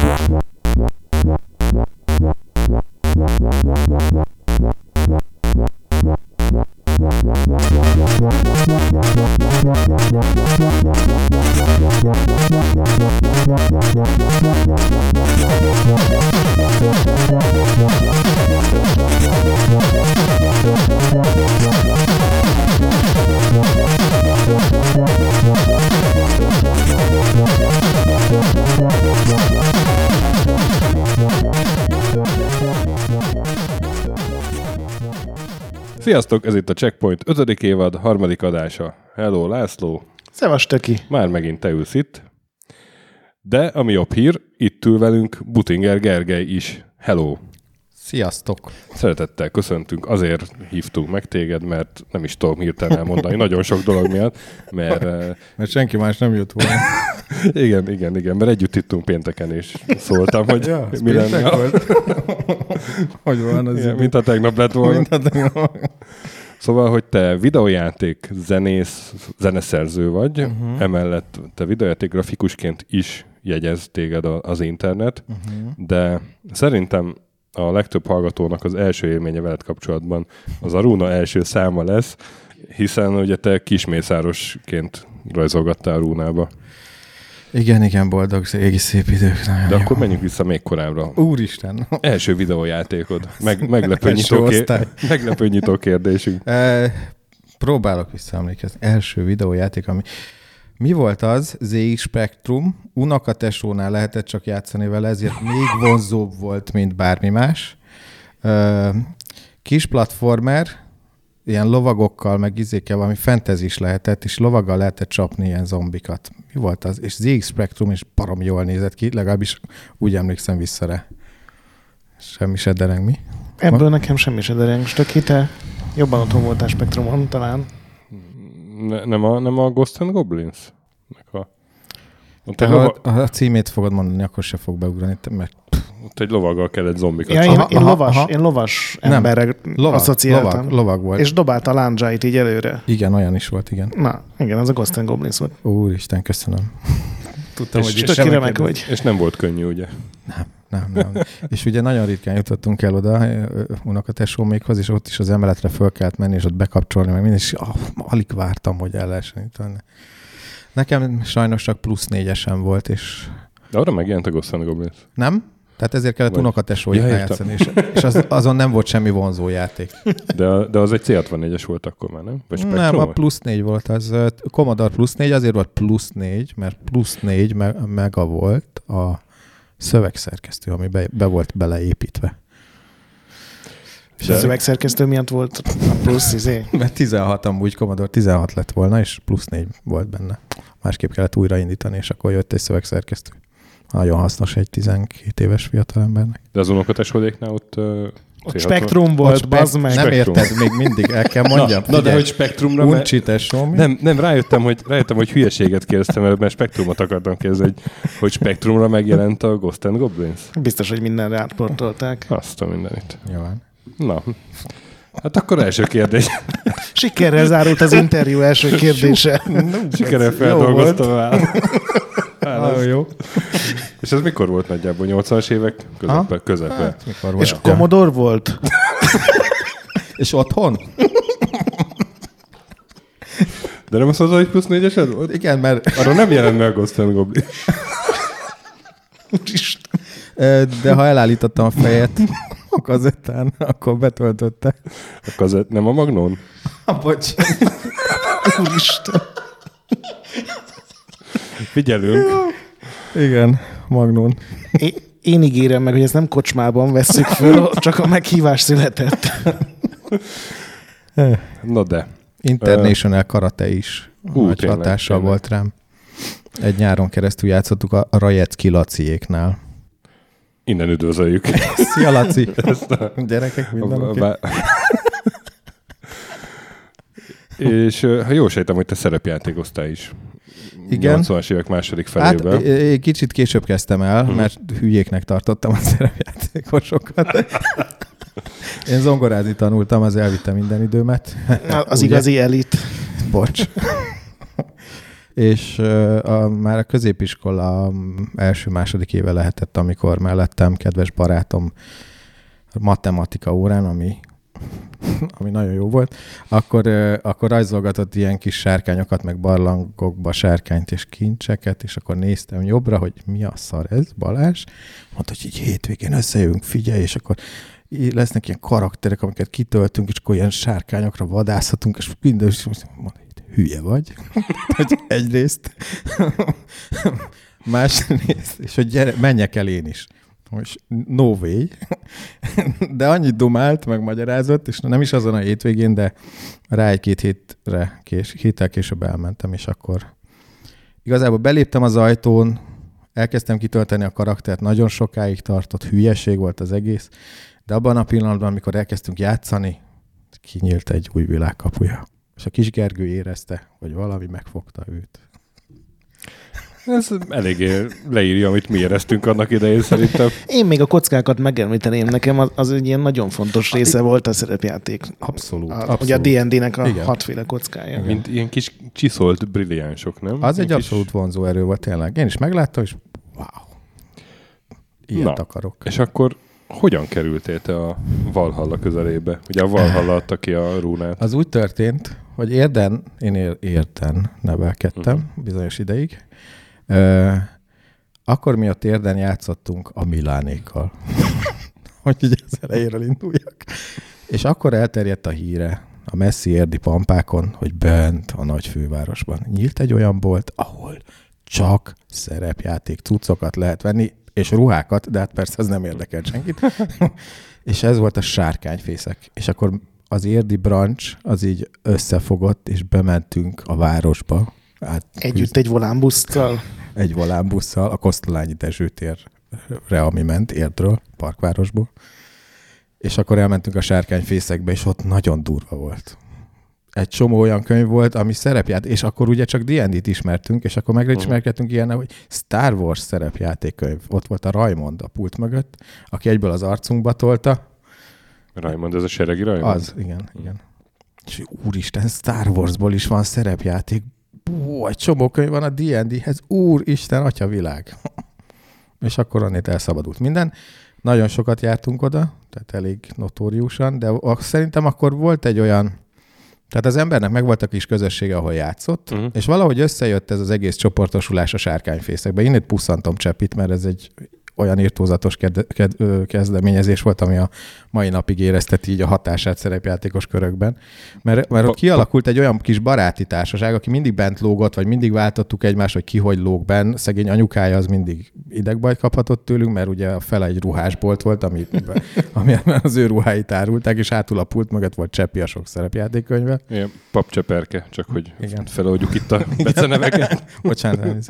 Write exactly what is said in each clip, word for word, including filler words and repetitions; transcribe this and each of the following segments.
Sziasztok, ez itt a Checkpoint ötödik évad, harmadik adása. Hello, László. Szevas, Töki. Már megint te ülsz itt. De ami jobb hír, itt ül velünk Butinger Gergely is. Hello. Sziasztok. Szeretettel köszöntünk, azért hívtunk meg téged, mert nem is tudom hirtelen elmondani, nagyon sok dolog miatt, mert... mert senki más nem jött volna. igen, igen, igen, mert együtt ittunk pénteken, és szóltam, hogy ja, mi lenne. Volt. Hogy van az igen, mint a tegnap lett volna. Mint a tegnap. Szóval, hogy te videójáték zenész, zeneszerző vagy, uh-huh. emellett te videójáték grafikusként is jegyez téged az internet, uh-huh. de szerintem a legtöbb hallgatónak az első élménye veled kapcsolatban az Aruna első száma lesz, hiszen ugye te kismészárosként rajzolgattál Arunába. Igen, igen, boldog, égi szép idők. De jó. Akkor menjünk vissza még korábbra. Úristen! Első videójátékod. Meg, meglepő, nyitó kér... meglepő nyitó kérdésünk. E, próbálok visszaemlékezni. Első videójáték, ami... Mi volt az? zé iksz Spectrum. Unokatesónál lehetett csak játszani vele, ezért még vonzóbb volt, mint bármi más. E, kis platformer, ilyen lovagokkal, meg izékkel, valami fantasy is lehetett, és lovaggal lehetett csapni ilyen zombikat. Mi volt az? És zé iksz Spectrum is baromi jól nézett ki, legalábbis úgy emlékszem vissza rá. Semmi se dereng, mi? Ebből Ma? nekem semmi se dereng. Stöki, te jobban otthon voltál Spectrumon talán. Ne, nem, a, nem a Ghost and Goblins? A, te ha lova... a címét fogod mondani, akkor se fog beugrani, mert... Ott egy lovaggal kellett zombikat. Ja, én, én, lovas, én lovas emberre asszociáltam. Lovag, lovag volt. És dobálta a lándzsáit így előre. Igen, olyan is volt, igen. Na, igen, az a Ghost and Goblins volt. Úristen, köszönöm. Tudtam, és, hogy és, remek vagy. És nem volt könnyű, ugye? Nem, nem, nem. És ugye nagyon ritkán jutottunk el oda unokatesómékhoz, és ott is az emeletre föl kellett menni, és ott bekapcsolni, meg minden, és ah, alig vártam, hogy el lehessen jutni. Nekem sajnos csak plusz négyesen volt, és... De arra megjelent a Ghost and Goblins. Nem? Tehát ezért kellett unokatesóját ja, játszani, és, és az, azon nem volt semmi vonzó játék. De, de az egy cé hatvannégyes volt akkor már, nem? Vagy nem, a plusz négy volt, az Commodore plusz négy, azért volt plusz négy, mert plusz négy me- mega volt a szövegszerkesztő, ami be, be volt beleépítve. És de... a szövegszerkesztő miatt volt a plusz izé? Mert tizenhat amúgy Commodore tizenhat lett volna, és plusz négy volt benne. Másképp kellett újraindítani, és akkor jött egy szövegszerkesztő. Nagyon hasznos egy tizenkét éves fiatalembernek. De az unokatesódéknál ott... Uh, ott Spektrum volt, bazd meg. Nem érted, még mindig el kell mondjam. Na, na de hogy Spektrumra... Uncsi tesóm. Nem, nem rájöttem, hogy, rájöttem, hogy hülyeséget kérdeztem, mert Spektrumot akartam kérdezni, hogy, hogy Spektrumra megjelent a Ghost and Goblins. Biztos, hogy mindenre átportolták. Azt a mindenit. Nyilván. Na, hát akkor első kérdés. Sikerrel zárult az interjú első kérdése. Sikerrel feldolgoztam el. Ah, jó. És ez mikor volt nagyjából? nyolcvanas évek közepe? közepe. Hát, mikor volt? És Commodore volt? És otthon? De nem azt mondod, hogy plusz négyesed volt? Igen, mert... Arra nem jelent meg a Ghost and Goblin. De ha elállítottam a fejet a kazettán, akkor betöltötte. A kazett, nem a Magnón? A bocs. Úristen. Figyelünk. Igen, Magnón. Én, én ígérem meg, hogy ezt nem kocsmában vesszük föl, csak a meghívás született. Na de. International Karate is uh, nagy tényleg, hatással tényleg. volt rám. Egy nyáron keresztül játszottuk a Rajecki Laciéknál. Innen üdvözöljük. Szia, Laci! A... Gyerekek, minden oké. Okay. És ha jól sejtem, hogy te szerepjátékoztál is. Igen. nyolcvanas évek második felében. Hát én kicsit később kezdtem el, hmm. mert hülyéknek tartottam a szerepjátékosokat. Én zongorázni tanultam, az elvittem minden időmet. Az igazi elit. Bocs. és a, már a középiskola első-második éve lehetett, amikor mellettem kedves barátom matematika órán, ami, ami nagyon jó volt, akkor, akkor rajzolgatott ilyen kis sárkányokat, meg barlangokba sárkányt és kincseket, és akkor néztem jobbra, hogy mi a szar ez, Balázs? Mondta, hogy így hétvégén összejövünk, figyelj, és akkor lesznek ilyen karakterek, amiket kitöltünk, és akkor ilyen sárkányokra vadászhatunk, és minden, és mondta, hülye vagy. Hogy egyrészt, másrészt, és hogy gyere, menjek el én is. Most no way. De annyit dumált, meg magyarázott, és nem is azon a hétvégén, de rá egy-két hétre, kés, héttel később elmentem, és akkor igazából beléptem az ajtón, elkezdtem kitölteni a karaktert, nagyon sokáig tartott, hülyeség volt az egész, de abban a pillanatban, amikor elkezdtünk játszani, kinyílt egy új világ kapuja. És a kis Gergő érezte, hogy valami megfogta őt. Ez eléggé leírja, amit mi éreztünk annak idején szerintem. Én még a kockákat megemlíteném, nekem az, az egy ilyen nagyon fontos része volt a szerepjáték. Abszolút. A, abszolút. Ugye a dé end dé-nek a Igen. hatféle kockája. Igen. Mint ilyen kis csiszolt brilliánsok, nem? Az egy kis... abszolút vonzó erő volt tényleg. Én is megláttam, és wow. Ilyet Na, akarok. És akkor hogyan kerültél te a Valhalla közelébe? Ugye a Valhalla adta ki a rúnát. Az úgy történt, hogy Érden, én ér, Érden nevelkedtem uh-huh. bizonyos ideig. Uh, akkor mi ott Érden játszottunk a Milánékkal. Hogy ugye az elejéről induljak. És akkor elterjedt a híre a messzi érdi pampákon, hogy bent a nagy fővárosban nyílt egy olyan bolt, ahol csak szerepjáték cuccokat lehet venni, és ruhákat, de hát persze ez nem érdekel senkit. És ez volt a sárkányfészek. És akkor az érdi branch az így összefogott, és bementünk a városba. Át Együtt egy volánbusszal. Egy volánbusszal a Kosztolányi Dezső térre, ami ment Érdről, Parkvárosból. És akkor elmentünk a sárkányfészekbe, és ott nagyon durva volt. Egy csomó olyan könyv volt, ami szerepját, és akkor ugye csak dé end dét ismertünk, és akkor megismerkedtünk ilyen, hogy Star Wars szerepjátékkönyv. Ott volt a Raymond a pult mögött, aki egyből az arcunkba tolta. Raymond, ez a seregi Raymond? Az, igen, igen. És úristen, Star Warsból is van szerepjáték. Bú, egy csomó könyv van a dé end déhez. Úristen, atya világ. És akkor annét elszabadult minden. Nagyon sokat jártunk oda, tehát elég notóriusan, de szerintem akkor volt egy olyan, tehát az embernek megvolt a kis közössége, ahol játszott, uh-huh. és valahogy összejött ez az egész csoportosulás a sárkányfészekbe. Én itt pusszantom Cseppit, mert ez egy olyan irtózatos ked- ked- kezdeményezés volt, ami a mai napig érezteti így a hatását szerepjátékos körökben. Mert, mert ott kialakult egy olyan kis baráti társaság, aki mindig bent lógott, vagy mindig váltottuk egymást, hogy ki hogy lóg benn. Szegény anyukája az mindig idegbajt kaphatott tőlünk, mert ugye a fele egy ruhásbolt volt, ami, ami az ő ruháit árulták, és hátul a pult mögött volt Cseppi a sok szerepjátékkönyve. Igen, papcseperke, csak hogy igen. feloldjuk itt a beceneveket. Bocsánat.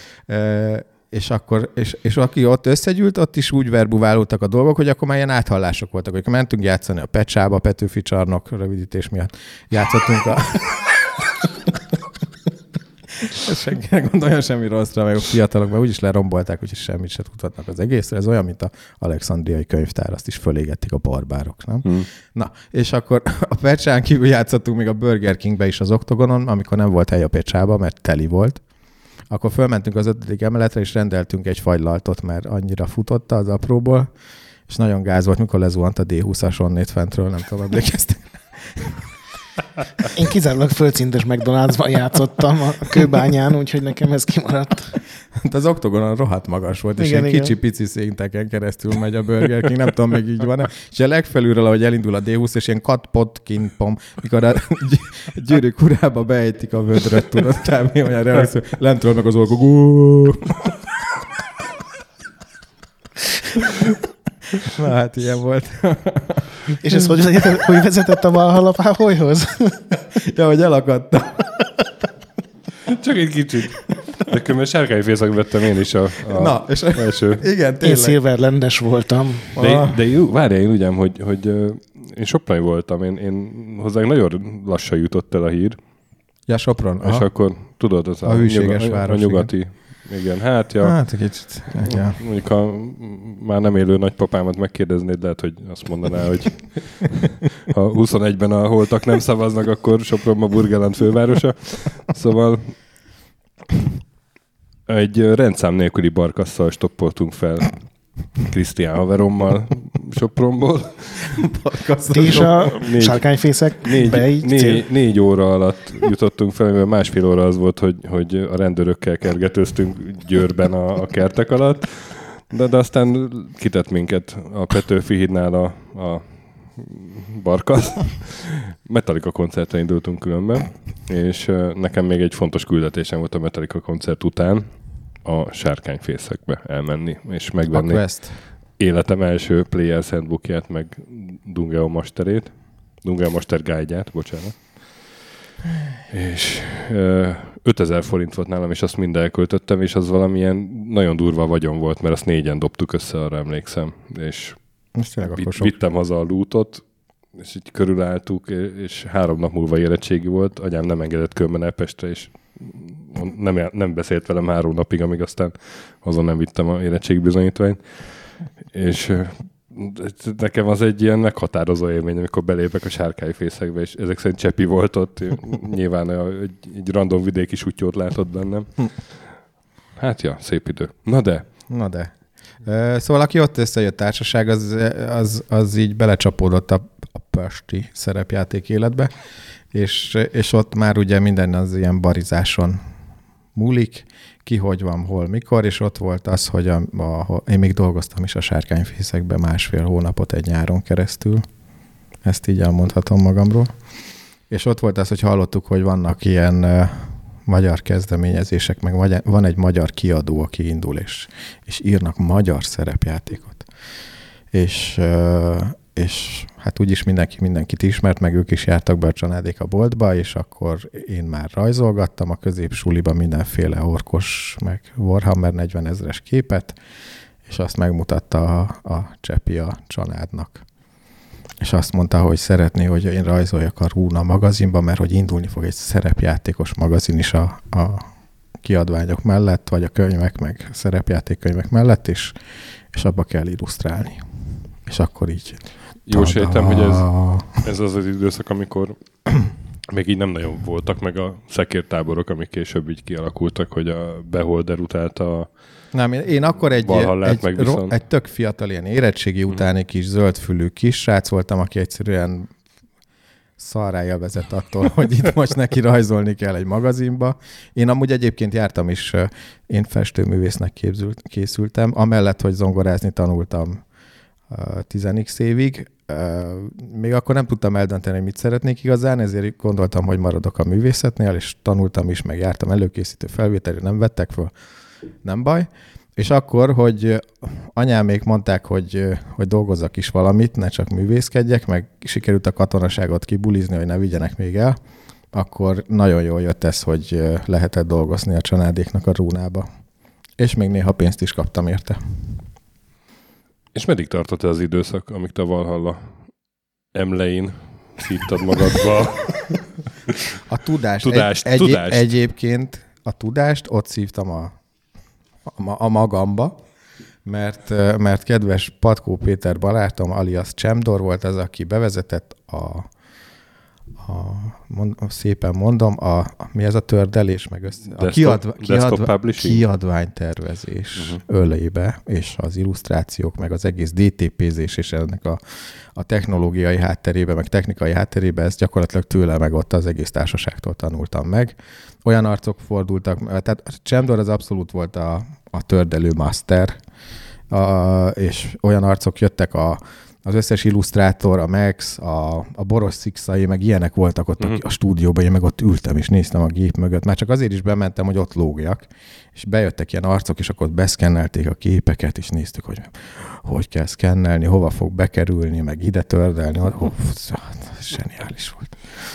És akkor, és, és aki ott összegyűlt, ott is úgy verbuválódtak a dolgok, hogy akkor már ilyen áthallások voltak, hogy mentünk játszani a Pecsába, Petőfi csarnok rövidítés miatt. Játszottunk a... Senkinek gondolja semmi rosszra, meg a fiatalok, mert úgyis lerombolták, úgyis semmit se tudhatnak az egészre. Ez olyan, mint a Alexandriai könyvtár, azt is fölégették a barbárok, nem? Hmm. Na, és akkor a Pecsán kívül játszottunk még a Burger Kingbe is az Oktogonon, amikor nem volt hely a Pecsába, mert teli volt. Akkor fölmentünk az ötödik emeletre, és rendeltünk egy fagylaltot, mert annyira futotta az apróból, és nagyon gáz volt, mikor lezuhant a dé húszas onnét fentről, nem tudom, emlékeztek. Én kizárólag földszintes McDonald'sban játszottam a Kőbányán, úgyhogy nekem ez kimaradt. Az Oktogonon rohadt magas volt, és igen, ilyen kicsi-pici szinteken keresztül megy a Burger King, nem tudom, még így van-e. És a legfelülről, ahogy elindul a dé húsz, és ilyen kat-pot-kin-pom, mikor a gyűrűk urába beejtik a vödröt, tudod, kb. Olyan realisztő, lentről meg az orgó. Na hát ilyen volt. És ez hogy, hogy vezetett a Valhalla Páholyhoz? Ja, hogy elakadtam. Csak egy kicsit. De különben sárkányfészek vettem én is a, a Na, és első. Igen, tényleg. Én Silverlandes voltam. De, de jó, várjál, én ugyan, hogy, hogy én Sopron voltam, én, én hozzánk nagyon lassan jutott el a hír. Ja, Sopron. Aha. És akkor tudod, az a, a, hűséges nyuga, város, a nyugati. Igen. Igen, hát ja. Hát egy kicsit. Ja. Mondjuk a már nem élő nagypapámat megkérdeznéd, lehet, hogy azt mondaná, hogy ha huszonegyben a holtak nem szavaznak, akkor Sopron a Burgenland fővárosa. Szóval Egy rendszám nélküli barkasszal stoppoltunk fel Krisztián haverommal Sopronból. Ti is a négy, sárkányfészek négy, négy, négy óra alatt jutottunk fel, mivel másfél óra az volt, hogy, hogy a rendőrökkel kergetőztünk Győrben a, a kertek alatt, de, de aztán kitett minket a Petőfi hídnál a, a barkasz. Metallica koncertre indultunk különben, és nekem még egy fontos küldetésem volt a Metallica koncert után a sárkányfészekbe elmenni, és megvenni életem első Players Handbookját, meg Dungeo Masterét, Dungeo Master Guide-ját, bocsánat. És ötezer forint volt nálam, és azt mind elköltöttem, és az valamilyen nagyon durva vagyon volt, mert azt négyen dobtuk össze, arra emlékszem. És vitt, vittem haza a lootot, és így körülálltuk, és három nap múlva érettségi volt, anyám nem engedett különben el Pestre, és nem, nem beszélt velem három napig, amíg aztán azon nem vittem a érettségi bizonyítványt. És nekem az egy ilyen meghatározó élmény, amikor belépek a sárkányfészekbe, és ezek szerint Csepi volt ott, nyilván egy, egy random vidéki sutyót látott bennem. Hát ja, szép idő. Na de. Na de. Szóval aki ott összejött társaság, az, az, az így belecsapódott a, a pesti szerepjáték életbe, és, és ott már ugye minden az ilyen barizáson múlik, ki hogy van, hol, mikor, és ott volt az, hogy a, a, én még dolgoztam is a sárkányfészekben másfél hónapot egy nyáron keresztül. Ezt így elmondhatom magamról. És ott volt az, hogy hallottuk, hogy vannak ilyen uh, magyar kezdeményezések, meg magyar, van egy magyar kiadó, aki indul, és, és írnak magyar szerepjátékot. És, uh, és hát úgyis mindenki mindenkit ismert, meg ők is jártak be a családék a boltba, és akkor én már rajzolgattam a középsuliban mindenféle orkos, meg Warhammer negyven ezres képet, és azt megmutatta a, a Csepi a családnak. És azt mondta, hogy szeretné, hogy én rajzoljak a Rúna magazinba, mert hogy indulni fog egy szerepjátékos magazin is a, a kiadványok mellett, vagy a könyvek, meg szerepjátékkönyvek mellett, és, és abba kell illusztrálni. És akkor így... Jó sejtem, hogy ez, ez az az időszak, amikor még így nem nagyon voltak meg a szekértáborok, amik később így kialakultak, hogy a Beholder utálta a Nem, én akkor egy, egy, viszont... egy tök fiatal, ilyen érettségi utáni kis zöldfülű kis srác voltam, aki egyszerűen szarrája vezet attól, hogy itt most neki rajzolni kell egy magazinba. Én amúgy egyébként jártam is, én festőművésznek képzült, készültem, amellett, hogy zongorázni tanultam tíz x évig. Még akkor nem tudtam eldönteni, hogy mit szeretnék igazán, ezért gondoltam, hogy maradok a művészetnél, és tanultam is, meg jártam előkészítő felvételre, nem vettek föl, nem baj. És akkor, hogy anyámék mondták, hogy, hogy dolgozzak is valamit, ne csak művészkedjek, meg sikerült a katonaságot kibulizni, hogy ne vigyenek még el, akkor nagyon jól jött ez, hogy lehetett dolgozni a családéknak a Rúnába. És még néha pénzt is kaptam érte. És meddig tartott ez az időszak, amíg te Valhalla emlein szívtad magadba a tudást? tudást, egy, tudást. Egy, egyébként a tudást ott szívtam a, a, a magamba, mert, mert kedves Patkó Péter barátom, alias Csemdor volt az, aki bevezetett a, a, mond, szépen mondom, a, a, mi ez a tördelés, meg össze, a kiadva, kiadva, kiadványtervezés uh-huh. ölébe, és az illusztrációk, meg az egész dé té pézés, és ennek a, a technológiai hátterébe, meg technikai hátterébe, ezt gyakorlatilag tőle meg ott az egész társaságtól tanultam meg. Olyan arcok fordultak, tehát Csemdor az abszolút volt a, a tördelő master, a, és olyan arcok jöttek a az összes illusztrátor, a Max, a, a Boros Szikszai, meg ilyenek voltak ott uh-huh. a stúdióban, én meg ott ültem, és néztem a gép mögött. Már csak azért is bementem, hogy ott lógjak, és bejöttek ilyen arcok, és akkor ott beszkennelték a képeket, és néztük, hogy hogy kell szkennelni, hova fog bekerülni, meg ide tördelni. Oh, zseniális volt.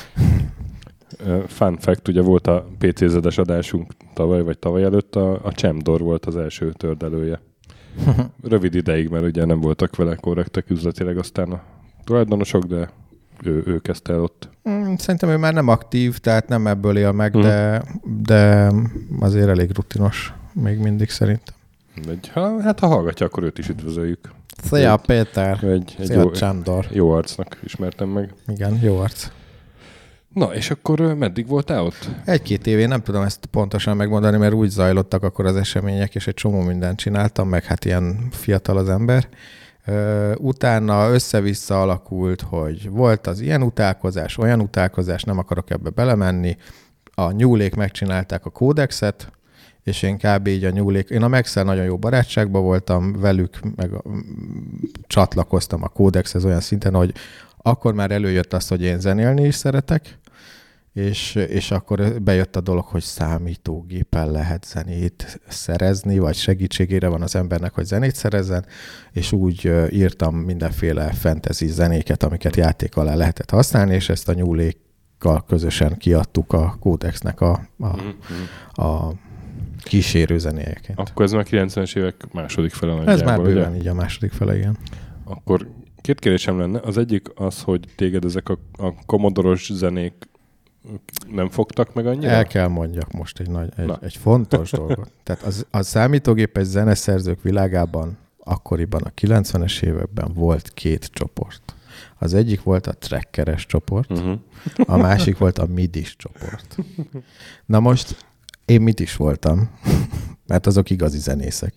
Fun fact, ugye volt a pé cé zet-es adásunk tavaly, vagy tavaly előtt, a, a Csemdor volt az első tördelője. Rövid ideig, mert ugye nem voltak vele korrektek üzletileg aztán a tulajdonosok, de ő, ő kezdte el ott. Szerintem ő már nem aktív, tehát nem ebből él meg, mm. de, de azért elég rutinos még mindig szerintem. Egy, ha, hát ha hallgatja, akkor őt is üdvözöljük. Szia egy, Péter! Egy, egy Szia jó, Csándor! Jó arcnak ismertem meg. Igen, jó arc. Na, és akkor meddig voltál ott? Egy-két évén, nem tudom ezt pontosan megmondani, mert úgy zajlottak akkor az események, és egy csomó mindent csináltam, meg hát ilyen fiatal az ember. Utána össze-vissza alakult, hogy volt az ilyen utálkozás, olyan utálkozás, nem akarok ebbe belemenni. A nyúlék megcsinálták a kódexet, és én kb. Így a nyúlék, én a Max-el nagyon jó barátságban voltam velük, meg a, csatlakoztam a kódexhez olyan szinten, hogy akkor már előjött az, hogy én zenélni is szeretek, és, és akkor bejött a dolog, hogy számítógépen lehet zenét szerezni, vagy segítségére van az embernek, hogy zenét szerezzen, és úgy írtam mindenféle fantasy zenéket, amiket játék alá lehetett használni, és ezt a nyúlékkal közösen kiadtuk a kódexnek a, a, a kísérő zenéjeként. Akkor ez már kilencvenes évek második fele nagyjából. Ez már bőven ugye? Így a második fele, igen. Akkor két kérdésem lenne. Az egyik az, hogy téged ezek a, a Commodore-os zenék nem fogtak meg annyira? El kell mondjak most egy, nagy, egy, egy fontos dolgot. Tehát az, a számítógépes zeneszerzők világában akkoriban a kilencvenes években volt két csoport. Az egyik volt a trackeres csoport, uh-huh. a másik volt a midis csoport. Na most én midis voltam, mert azok igazi zenészek.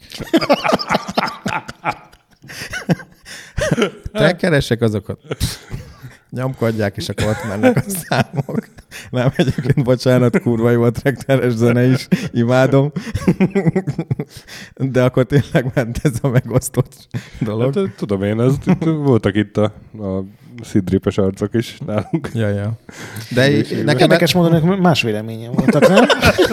Trackeresek azokat nyomkodják, és akkor ott mennek a számok. Nem, egyébként bocsánat, kurva jó a trakteres zene is, imádom. De akkor tényleg ment ez a megosztott dolog. Hát, tudom én, ez, voltak itt a, a szidripes arcok is nálunk. Ja, ja. De nekem érdekes mondani, hogy más véleményem voltak, nem?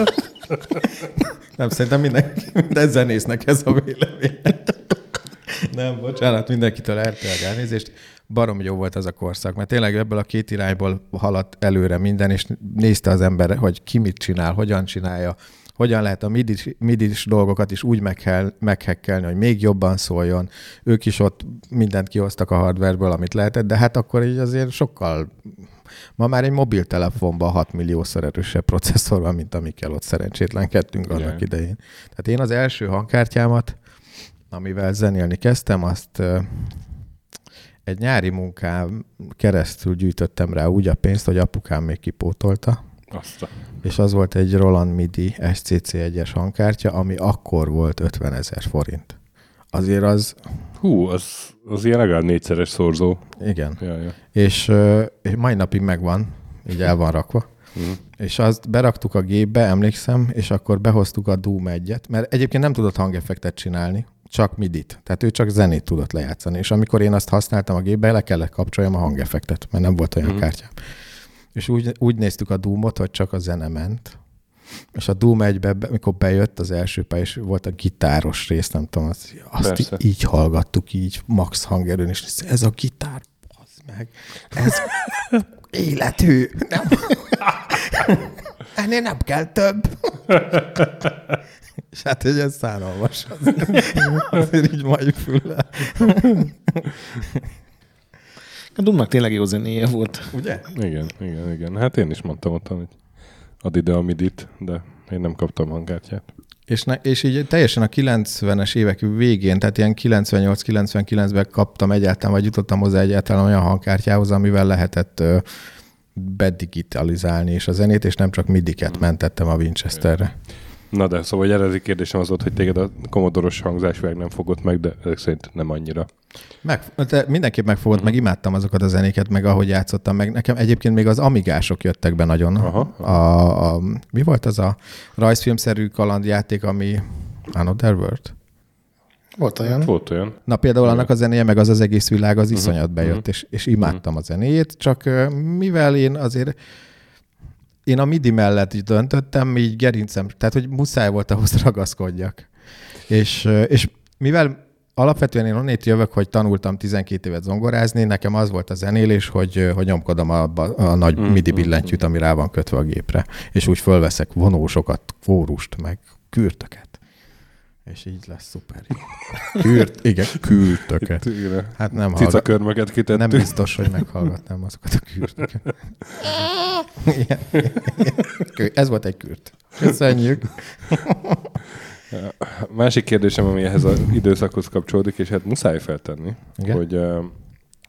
Nem, szerintem mindenki, minden zenésznek ez a vélemény. Nem, bocsánat, mindenkitől eltélek elnézést. Barom jó volt az a korszak, mert tényleg ebből a két irányból haladt előre minden, és nézte az ember, hogy ki mit csinál, hogyan csinálja, hogyan lehet a midis, midis dolgokat is úgy meghekkelni, hogy még jobban szóljon. Ők is ott mindent kihoztak a hardwareből, amit lehetett, de hát akkor így azért sokkal... Ma már egy mobiltelefonban hat milliószor erősebb processzor van, mint amikkel ott szerencsétlenkedtünk annak yeah. idején. Tehát én az első hangkártyámat, amivel zenélni kezdtem, azt egy nyári munkám keresztül gyűjtöttem rá úgy a pénzt, hogy apukám még kipótolta. Azta. És az volt egy Roland MIDI es cé cé egyes hangkártya, ami akkor volt ötvenezer forint. Azért az... Hú, az, az ilyen legalább négyszeres szorzó. Igen. Ja, ja. És, és mai napig megvan, így el van rakva. Mm. És azt beraktuk a gépbe, emlékszem, és akkor behoztuk a Doom egyet, mert egyébként nem tudott hangeffektet csinálni, csak midit. Tehát ő csak zenét tudott lejátszani. És amikor én azt használtam a gépbe, le kellett kapcsoljam a hangeffektet, mert nem volt olyan mm. kártyám. És úgy, úgy néztük a Doomot, hogy csak a zene ment. És a Doom egybe, amikor bejött az első pálya, és volt a gitáros rész, nem tudom, azt, azt így, így hallgattuk, így max hangerőn, és ez a gitár, bazd meg, ez élethű. Nem. Ennél nem kell több. És hát, hogy ez szánalmas. Azért, azért így mai füllel. A Doomnak tényleg jó zenéje volt. Ugye? Igen, igen, igen. Hát én is mondtam ott, hogy add ide a midit, de én nem kaptam hangkártyát. És, ne, és így teljesen a kilencvenes évek végén, tehát ilyen kilencvennyolc kilencvenkilencben kaptam egyáltalán, vagy jutottam hozzá egyáltalán olyan hangkártyához, amivel lehetett ö, bedigitalizálni is a zenét, és nem csak midiket mentettem a Winchesterre. Na de, szóval egy eredeti kérdésem az volt, hogy téged a Commodore-os hangzásvilág nem fogott meg, de ezek szerint nem annyira. Meg, mindenképp megfogott, mm. meg imádtam azokat a zenéket, meg ahogy játszottam, meg nekem egyébként még az amigások jöttek be nagyon. Aha, a, a, mi volt az a rajzfilmszerű kalandjáték, ami Another World? Volt olyan. Volt olyan. Na például annak a zenéje, meg az az egész világ az iszonyat bejött, uh-huh. és, és imádtam uh-huh. a zenéjét, csak mivel én azért én a midi mellett is döntöttem, így gerincem, tehát hogy muszáj volt ahhoz ragaszkodjak. És, és mivel alapvetően én onnét jövök, hogy tanultam tizenkét évet zongorázni, nekem az volt a zenélés, hogy, hogy nyomkodom a, a, a nagy mm, midi billentyűt, ami rá van kötve a gépre, és úgy fölveszek vonósokat, kórust, meg kürtöket. És így lesz szuper. Kürt, igen, kürtöket. Hát nem cicakörmöket kitettük. Nem biztos, hogy meghallgatnám azokat a kürtöket. Ez volt egy kürt. Köszönjük. Másik kérdésem, ami ehhez az időszakhoz kapcsolódik, és hát muszáj feltenni, igen? Hogy uh,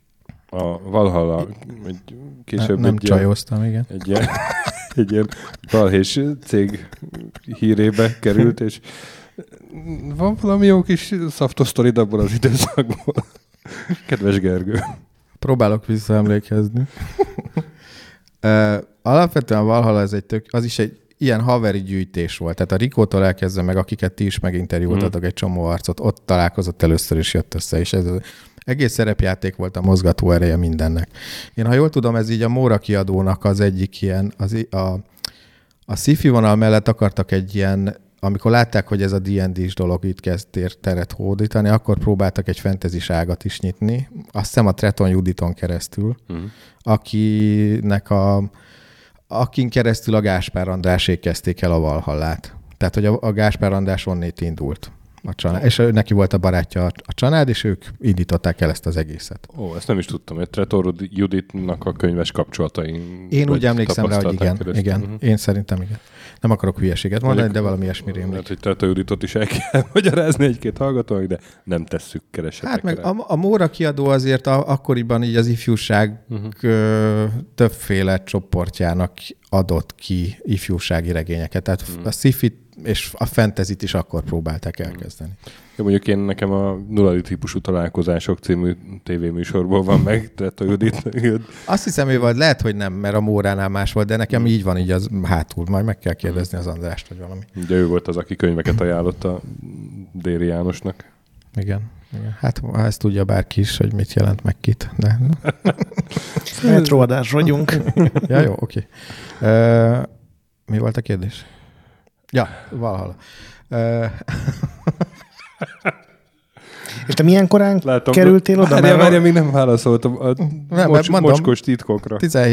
a Valhalla egy később nem, nem egy, ilyen, csajoztam, igen. egy ilyen, egy ilyen balhés cég hírébe került, és van valami jó kis szaftos sztorid abból az időszakból. Kedves Gergő. Próbálok visszaemlékezni. uh, alapvetően Valhalla ez egy tök, az is egy ilyen haveri gyűjtés volt. Tehát a Rikótól elkezdve meg, akiket ti is meginterjúltatok, mm. egy csomó arcot, ott találkozott először is jött össze, és ez az egész szerepjáték volt a mozgató ereje mindennek. Én, ha jól tudom, ez így a Móra kiadónak az egyik ilyen, az, a, a sci-fi vonal mellett akartak egy ilyen, amikor látták, hogy ez a dé and dés dolog itt kezd teret hódítani, akkor próbáltak egy fantasy-ságat is nyitni. Azt hiszem a Treton Juditon keresztül, mm. akinek a akin keresztül a Gáspár Andrásék kezdték el a Valhallát. Tehát, hogy a, a Gáspár András onnét indult. A család, és neki volt a barátja a család, és ők indították el ezt az egészet. Ó, ezt nem is tudtam, hogy Tretor Juditnak a könyves kapcsolatai. Én úgy emlékszem rá, hogy igen. igen. Uh-huh. Én szerintem igen. Nem akarok hülyeséget mondani, mondjuk, de valami ilyesmire emlék. Lehet, hogy Tretor Juditot is el kell magyarázni egy-két hallgatónak, de nem tesszük keresetekre. Hát meg a, a Móra kiadó azért a, akkoriban így az ifjúság uh-huh. ö, többféle csoportjának adott ki ifjúsági regényeket. Tehát uh-huh. a sci-fi és a fantasyt is akkor próbálták elkezdeni. Ja, mondjuk én nekem a Nulladi típusú találkozások című tévéműsorból van meg, tehát a Judit. Azt hiszem, ő vagy, lehet, hogy nem, mert a Móránál más volt, de nekem így van így az hátul. Majd meg kell kérdezni az Andrást, vagy valami. Ugye ő volt az, aki könyveket ajánlott a Déri Jánosnak. Igen. Igen. Hát ha ezt tudja bárki is, hogy mit jelent meg kit. De... Retroadás vagyunk. Ja, jó, oké. Okay. Uh, mi volt a kérdés? Ja, Valhalla. Uh... És te milyen korán Látom, kerültél oda? Várja, várja, még nem válaszoltam a nem, mocs, mondom, mocskos titkokra.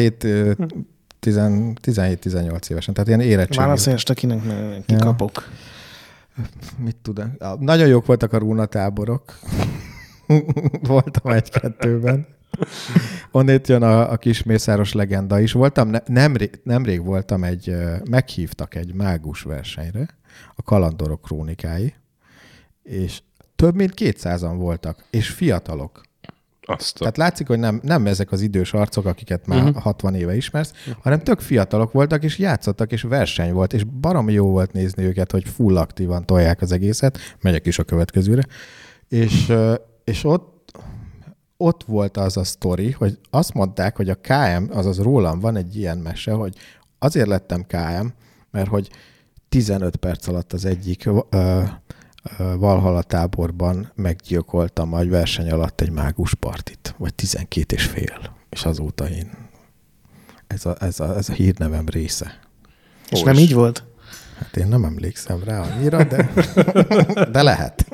tizenhét-tizennyolc évesen, tehát ilyen érettségi. Válaszolj ezt, akinek kikapok. Ja. Mit tudom? Nagyon jók voltak a rúnatáborok. Voltam egy-kettőben. Onnét jön a, a kis mészáros legenda is. Voltam, ne, nemrég, nemrég voltam egy, meghívtak egy mágus versenyre, a Kalandorok krónikái, és több mint kétszázan voltak, és fiatalok. Azt Tehát látszik, hogy nem, nem ezek az idős arcok, akiket már uh-huh. hatvan éve ismersz, uh-huh. hanem tök fiatalok voltak, és játszottak, és verseny volt, és baromi jó volt nézni őket, hogy full aktívan tolják az egészet, megyek is a következőre, és, és ott ott volt az a sztori, hogy azt mondták, hogy a ká em, azaz rólam van egy ilyen mese, hogy azért lettem ká em, mert hogy tizenöt perc alatt az egyik ö, ö, Valhalla táborban meggyilkoltam a verseny alatt egy mágus partit, vagy tizenkét és fél. És azóta én ez a, ez a, ez a hírnevem része. És Ó, nem így volt? Hát én nem emlékszem rá annyira, de, de lehet.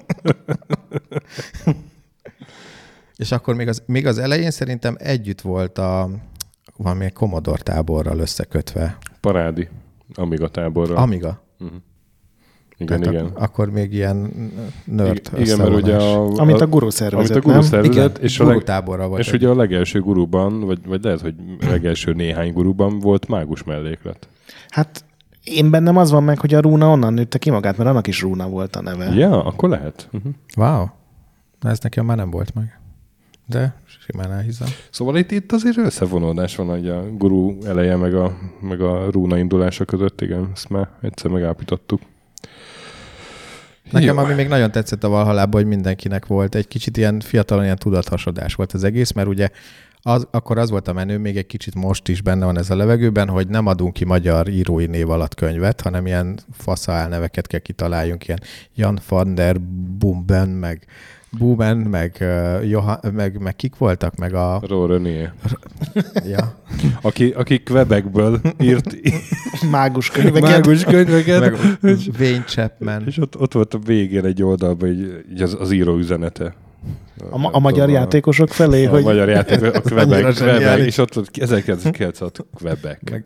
És akkor még az, még az elején szerintem együtt volt a valamilyen Commodore táborral összekötve. Parádi. Amiga táborral. Amiga. Uh-huh. Igen, Tehát igen. Ak- akkor még ilyen nerd I- Igen, mert ugye a, a, amit a guru szervezett, amit a guru szervezett, és, a leg, volt és ugye a legelső guruban, vagy, vagy lehet, hogy legelső néhány guruban volt mágus melléklet. Hát én bennem az van meg, hogy a Rúna onnan nőtte ki magát, mert annak is Rúna volt a neve. Ja, akkor lehet. Uh-huh. Wow. Ez nekem már nem volt meg. De simán elhiszem. Szóval itt, itt azért összevonódás van, hogy a guru eleje meg a, meg a Rúna indulása között, igen, ezt már egyszer megállapítottuk. Nekem, Jó. ami még nagyon tetszett a Valhallában, hogy mindenkinek volt egy kicsit ilyen fiatalon ilyen tudathasadás volt az egész, mert ugye az, akkor az volt a menő, még egy kicsit most is benne van ez a levegőben, hogy nem adunk ki magyar írói név alatt könyvet, hanem ilyen fasza neveket kell kitaláljunk, ilyen Jan van der Bumben, meg Boomen, meg, uh, Johan, meg, meg kik voltak, meg a... Rorönié. Ja. Aki, aki Quebecből írt... Mágus könyveket. Mágus könyveket. Meg Wayne Chapman. És ott, ott volt a végén egy oldalban így, így az, az író üzenete. A, ma, a magyar a, játékosok felé, a hogy... A magyar játékosok, a Quebec, Quebec, és ott volt ezerkilencszázkilencvenhat Quebec. Meg,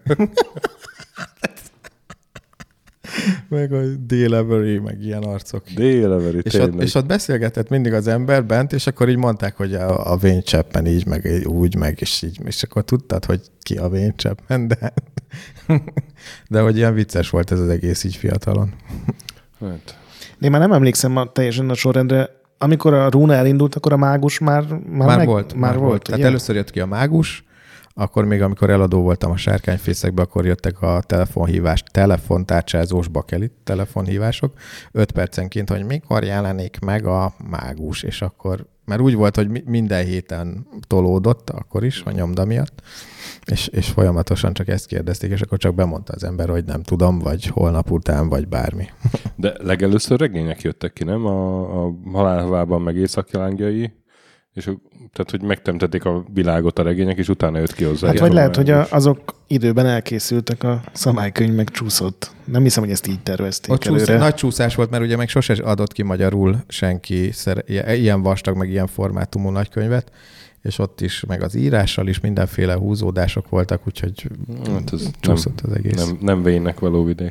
meg a Dalevery, meg ilyen arcok. Dalevery, és ott, és ott beszélgetett mindig az ember bent, és akkor így mondták, hogy a, a Wayne Chapman így, meg úgy, meg és így, és akkor tudtad, hogy ki a Wayne Chapman, de, de hogy ilyen vicces volt ez az egész így fiatalon. Hát. Én már nem emlékszem a teljesen a sorrendre, amikor a Rúna elindult, akkor a mágus már, már, Már meg, volt. Már, már volt, volt Tehát először jött ki a mágus, akkor még amikor eladó voltam a sárkányfészekbe, akkor jöttek a telefonhívás, telefontárcsázós bakelit telefonhívások, öt percenként, hogy mikor jelenik meg a mágus, és akkor, mert úgy volt, hogy minden héten tolódott, akkor is, a nyomda miatt, és, és folyamatosan csak ezt kérdezték, és akkor csak bemondta az ember, hogy nem tudom, vagy holnap után, vagy bármi. De legelőször regények jöttek ki, nem? A, a Halálhavában meg Északjelángjai, és tehát, hogy megteremtették a világot a regények, és utána jött ki hozzá. Hát vagy lehet, hogy a, azok időben elkészültek, a szabálykönyv meg csúszott. Nem hiszem, hogy ezt így tervezték Ott előre. Csúsz, nagy csúszás volt, mert ugye meg sose adott ki magyarul senki szere, ilyen vastag, meg ilyen formátumú nagykönyvet, és ott is, meg az írással is mindenféle húzódások voltak, úgyhogy hát ez csúszott nem, az egész. Nem, nem vénnek való vidék.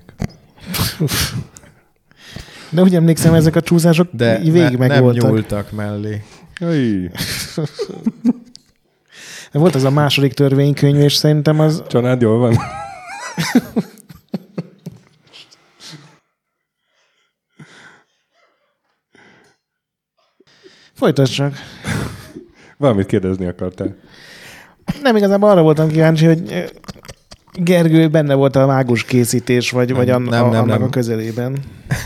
De úgy emlékszem, ezek a csúszások De végig ne, meg nem voltak. Nem nyúltak mellé. Volt az a második törvénykönyv, és szerintem az... Csanád jól van? Folytasd csak. Valamit kérdezni akartál. Nem, igazából arra voltam kíváncsi, hogy Gergő benne volt a mágus készítés, vagy, nem, vagy an, nem, nem, annak nem. a közelében.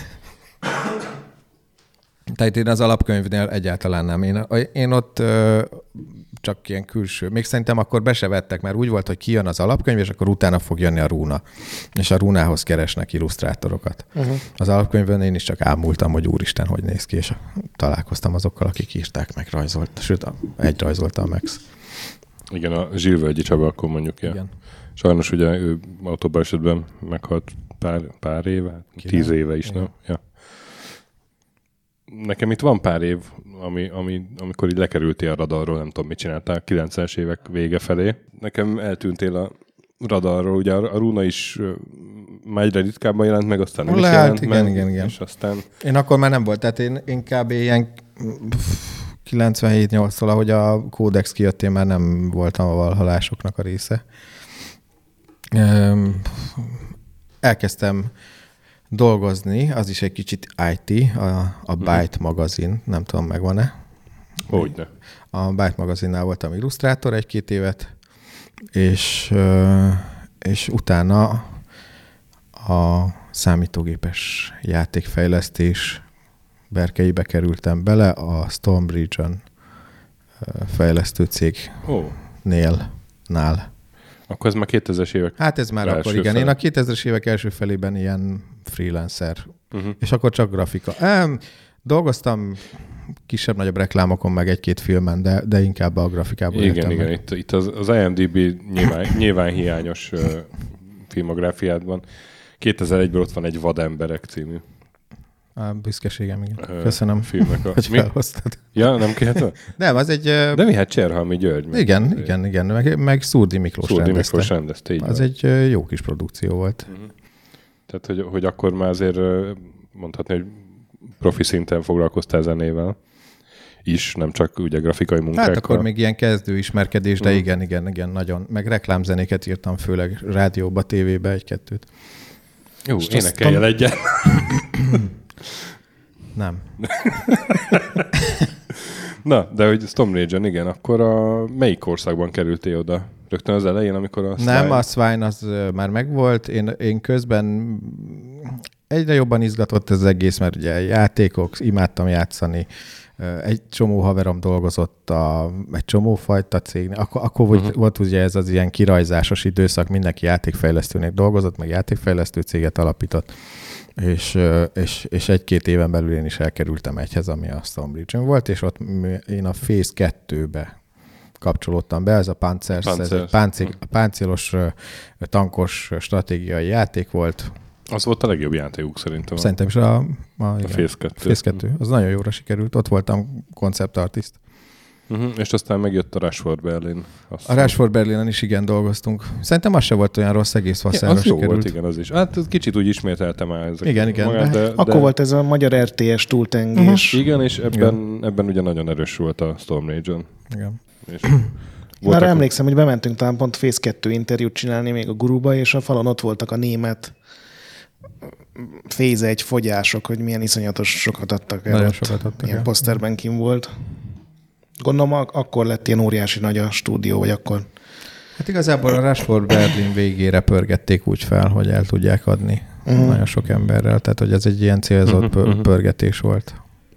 Tehát én az alapkönyvnél egyáltalán nem. Én, én ott ö, csak ilyen külső. Még szerintem akkor be se vettek, mert úgy volt, hogy kijön az alapkönyv, és akkor utána fog jönni a Rúna. És a Rúnához keresnek illusztrátorokat. Uh-huh. Az alapkönyvön én is csak ámultam, hogy úristen, hogy néz ki, és találkoztam azokkal, akik írták, meg rajzolt. Sőt, egy rajzolta a Max. Igen, a Zsilvölgyi Csaba, akkor mondjuk. Ja. Igen. Sajnos ugye ő autóbalesetben meghalt pár, pár éve, Kire? tíz éve is, nem? Ja. Nekem itt van pár év, ami, ami, amikor így lekerültél a radarról, nem tudom, mit csináltál, kilencvenes évek vége felé. Nekem eltűntél a radarról, ugye a, a Rúna is már egyre ritkábban jelent meg, aztán nem Lehet, is jelent igen, meg, igen, igen. és aztán... Én akkor már nem volt, tehát én, én kb. Ilyen kilencvenhét nyolctól, ahogy a kódex kijött, én már nem voltam a valhalásoknak a része. Elkezdtem dolgozni, az is egy kicsit i té, a, a Byte magazin, nem tudom, megvan-e? Hogyne. A Byte magazinnál voltam illusztrátor egy-két évet, és, és utána a számítógépes játékfejlesztés berkeibe kerültem bele a Stormbridge-on fejlesztő cégnél, oh. nál. Akkor ez már kétezres évek. Hát ez már akkor, igen. Fel. Én a kétezres évek első felében ilyen freelancer. Uh-huh. És akkor csak grafika. Um, dolgoztam kisebb-nagyobb reklámokon, meg egy-két filmen, de, de inkább a grafikában. Igen, igen. Itt, itt az, az i em dé bé nyilván, nyilván hiányos uh, filmográfiádban. kétezer-egyben ott van egy Vademberek című. A büszkeségem, igen. Köszönöm, filmnek a... hogy felhoztad. Ja, nem kérhető? Nem, az egy... De mi hát Cserhalmi György? Meg igen, meg, igen, igen. Meg, meg Szurdi Miklós Szurdi rendezte. Miklós rendezte, így az van. egy jó kis produkció volt. Uh-huh. Tehát, hogy, hogy akkor már azért mondhatni, hogy profi szinten foglalkoztál zenével is, nem csak ugye grafikai munkákkal. Hát akkor még ilyen kezdő ismerkedés, de uh-huh. igen, igen, igen, nagyon. Meg reklámzenéket írtam, főleg rádióba, tévébe egy-kettőt. Jó, énekelj el egyet. Nem. Na, de hogy Stormbridge-en, igen, akkor a melyik országban kerültél oda? Rögtön az elején, amikor a Swine... Nem, a Swine az már megvolt. Én, én közben egyre jobban izgatott ez az egész, mert ugye játékok, imádtam játszani. Egy csomó haverom dolgozott a, egy csomó fajta cégnél. Akkor, akkor uh-huh. volt, volt ugye ez az ilyen kirajzásos időszak, mindenki játékfejlesztőnek dolgozott, meg játékfejlesztő céget alapított. És, és, és egy-két éven belül én is elkerültem egyhez, ami a Stormbridge-en volt, és ott én a Phase kettőbe kapcsolódtam be, ez a Panzers, ez egy páncél, páncélos, tankos stratégiai játék volt. Az volt a legjobb játékuk szerintem. Szerintem is a, a, a Phase kettő. Phase kettő. Az nagyon jóra sikerült, ott voltam concept artist. Uh-huh. És aztán megjött a Rush for Berlin. A Rush for Berlinen is igen dolgoztunk. Szerintem az se volt olyan rossz, egész faszára ja, sikerült. Jó volt, igen, az is. Hát kicsit úgy ismételtem már ezeket. Igen, igen. Magát, de, akkor de... volt ez a magyar er té es túltengés. Uh-huh. Igen, és ebben, igen. ebben ugye nagyon erős volt a Stormbridge-on. Igen. És már emlékszem, hogy bementünk talán pont Phase kettő interjút csinálni még a Guruba, és a falon ott voltak a német Phase egy fogyások, hogy milyen iszonyatos sokat adtak el. Nagyon sokat adtak Milyen el. poszterben kim volt. Gondolom akkor lett ilyen óriási nagy a stúdió, vagy akkor... Hát igazából a Rush for Berlin végére pörgették úgy fel, hogy el tudják adni uh-huh. nagyon sok emberrel. Tehát, hogy ez egy ilyen célzott uh-huh. pörgetés volt.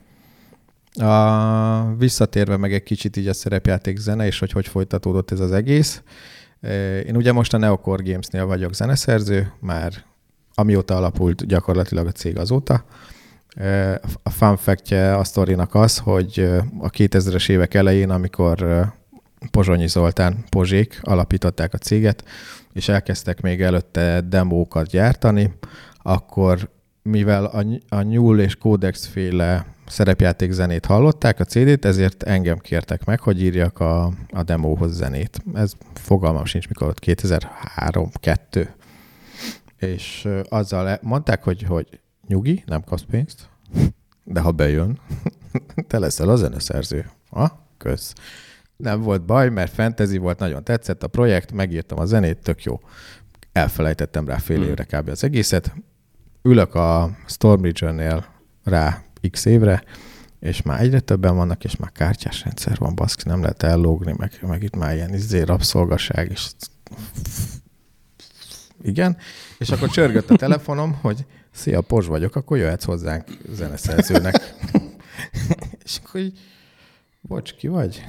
A, visszatérve meg egy kicsit így a szerepjáték zene, és hogy hogy folytatódott ez az egész. Én ugye most a Neocore Games-nél vagyok zeneszerző, már amióta alapult gyakorlatilag a cég azóta. A fun fact-je a sztorinak az, hogy a kétezres évek elején, amikor Pozsonyi Zoltán, Pozsék alapították a céget, és elkezdtek még előtte demókat gyártani, akkor mivel a, a Nyúl és Codex féle szerepjáték zenét hallották, a cé dét, ezért engem kértek meg, hogy írjak a, a demóhoz zenét. Ez fogalmam sincs, mikor ott kétezer-három kettő. És azzal mondták, hogy, hogy nyugi, nem kapsz pénzt, de ha bejön, te leszel a zeneszerző. Ha? Kösz. Nem volt baj, mert fantasy volt, nagyon tetszett a projekt, megírtam a zenét, tök jó. Elfelejtettem rá fél évre kb. Az egészet. Ülök a Stormbridge-nél rá x évre, és már egyre többen vannak, és már kártyás rendszer van, baszki, nem lehet ellógni, meg, meg itt már ilyen izé rabszolgaság, és igen. És akkor csörgött a telefonom, hogy szia, Pozs vagyok, akkor jöhetsz hozzánk zeneszerzőnek. És akkor így, bocs, ki vagy?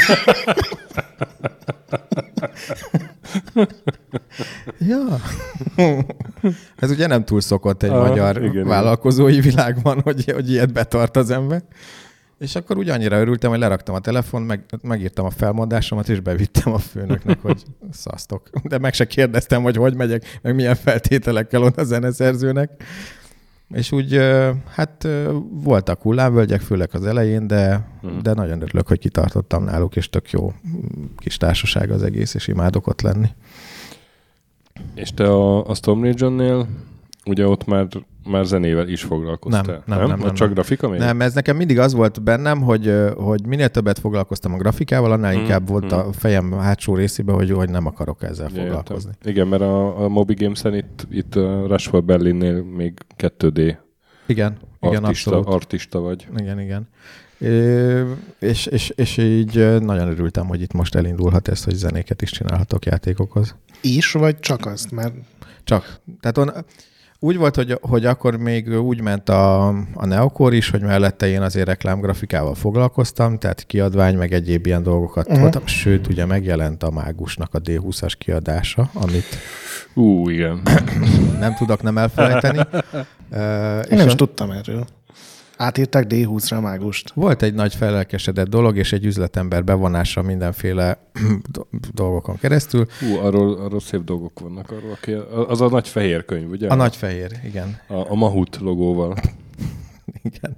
Ja. Ez ugye nem túl szokott egy ah, magyar igen, vállalkozói igen. világban, hogy, hogy ilyet betart az ember. És akkor úgy annyira örültem, hogy leraktam a telefont, meg, megírtam a felmondásomat, és bevittem a főnöknek, hogy szasztok. De meg se kérdeztem, hogy hogy megyek, meg milyen feltételekkel oda a zeneszerzőnek. És úgy, hát voltak hullámvölgyek, főleg az elején, de, hmm. de nagyon örülök, hogy kitartottam náluk, és tök jó kis társaság az egész, és imádok ott lenni. És te a, a Stormbridge-nél ugye ott már, már zenével is foglalkoztál, nem? Nem, nem, nem, nem Csak nem. grafika még? Nem, ez nekem mindig az volt bennem, hogy, hogy minél többet foglalkoztam a grafikával, annál hmm, inkább volt hmm. a fejem hátsó részében, hogy, hogy nem akarok ezzel ja, foglalkozni. Értem. Igen, mert a, a Moby Games-en itt, itt a Rush for Berlinnél még kettő dé igen, igen, artista, artista vagy. Igen, igen. É, és, és, és így nagyon örültem, hogy itt most elindulhat ez, hogy zenéket is csinálhatok játékokhoz. Is, vagy csak azt? Mert... Csak. Tehát on, úgy volt, hogy, hogy akkor még úgy ment a, a Neocore is, hogy mellette én azért reklámgrafikával foglalkoztam, tehát kiadvány, meg egyéb ilyen dolgokat uh-huh. voltam. Sőt, ugye megjelent a Mágusnak a dé húszas kiadása, amit Ú, uh, igen. nem tudok nem elfelejteni. uh, én nem is tudtam erről. Átírták dé húszra a Mágust. Volt egy nagy felelkesedett dolog, és egy üzletember bevonása mindenféle dolgokon keresztül. Hú, arról, arról szép dolgok vannak. Arról, az a nagy fehér könyv, ugye? A nagy fehér, igen. A, a Mahut logóval. Igen.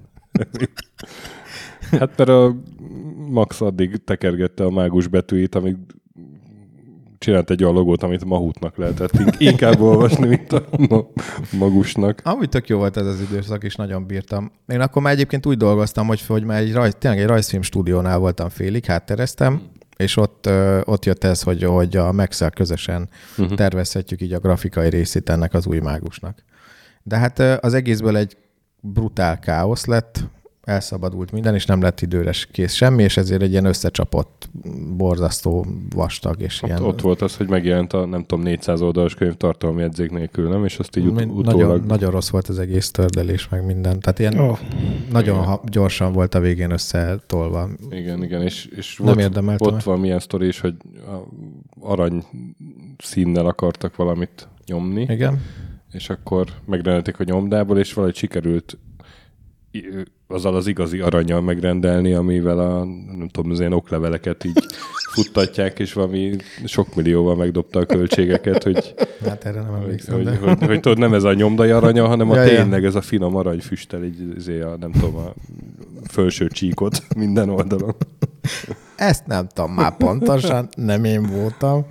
Hát mert a Max addig tekergette a mágus betűit, amíg csinált egy olyan logót, amit Mahutnak lehetett inkább olvasni, mint a Magusnak. Amúgy tök jó volt ez az időszak, és nagyon bírtam. Én akkor már egyébként úgy dolgoztam, hogy, hogy már egy rajz, tényleg egy rajzfilm stúdiónál voltam félig, háttereztem, és ott, ott jött ez, hogy, hogy a Max-szel közösen uh-huh. tervezhetjük így a grafikai részét ennek az új Mágusnak. De hát az egészből egy brutál káosz lett, elszabadult minden, és nem lett időre kész semmi, és ezért egy ilyen összecsapott, borzasztó, vastag, és ott, ilyen... Ott volt az, hogy megjelent a, nem tudom, négyszáz oldalas könyv tartalmi jegyzék nélkül, nem? És azt így ut- utólag... Nagyon, nagyon rossz volt az egész tördelés, meg minden. Tehát ilyen oh. nagyon ha, gyorsan volt a végén összetolva. Igen, igen, és, és nem volt, érdemeltem. Ott valamilyen sztori is, hogy arany színnel akartak valamit nyomni. Igen. És akkor megrendelték a nyomdából, és valahogy sikerült azzal az igazi aranyjal megrendelni, amivel a, nem tudom, az ilyen okleveleket így futtatják, és valami sok millióval megdobta a költségeket, hogy, hát erre nem emlékszem, hogy, de... hogy, hogy, hogy tudod, nem ez a nyomdai aranya, hanem a ja, tényleg ja. ez a finom aranyfüsttel, így azért a, nem tudom, a felső csíkot minden oldalon. Ezt nem tudom már pontosan, nem én voltam.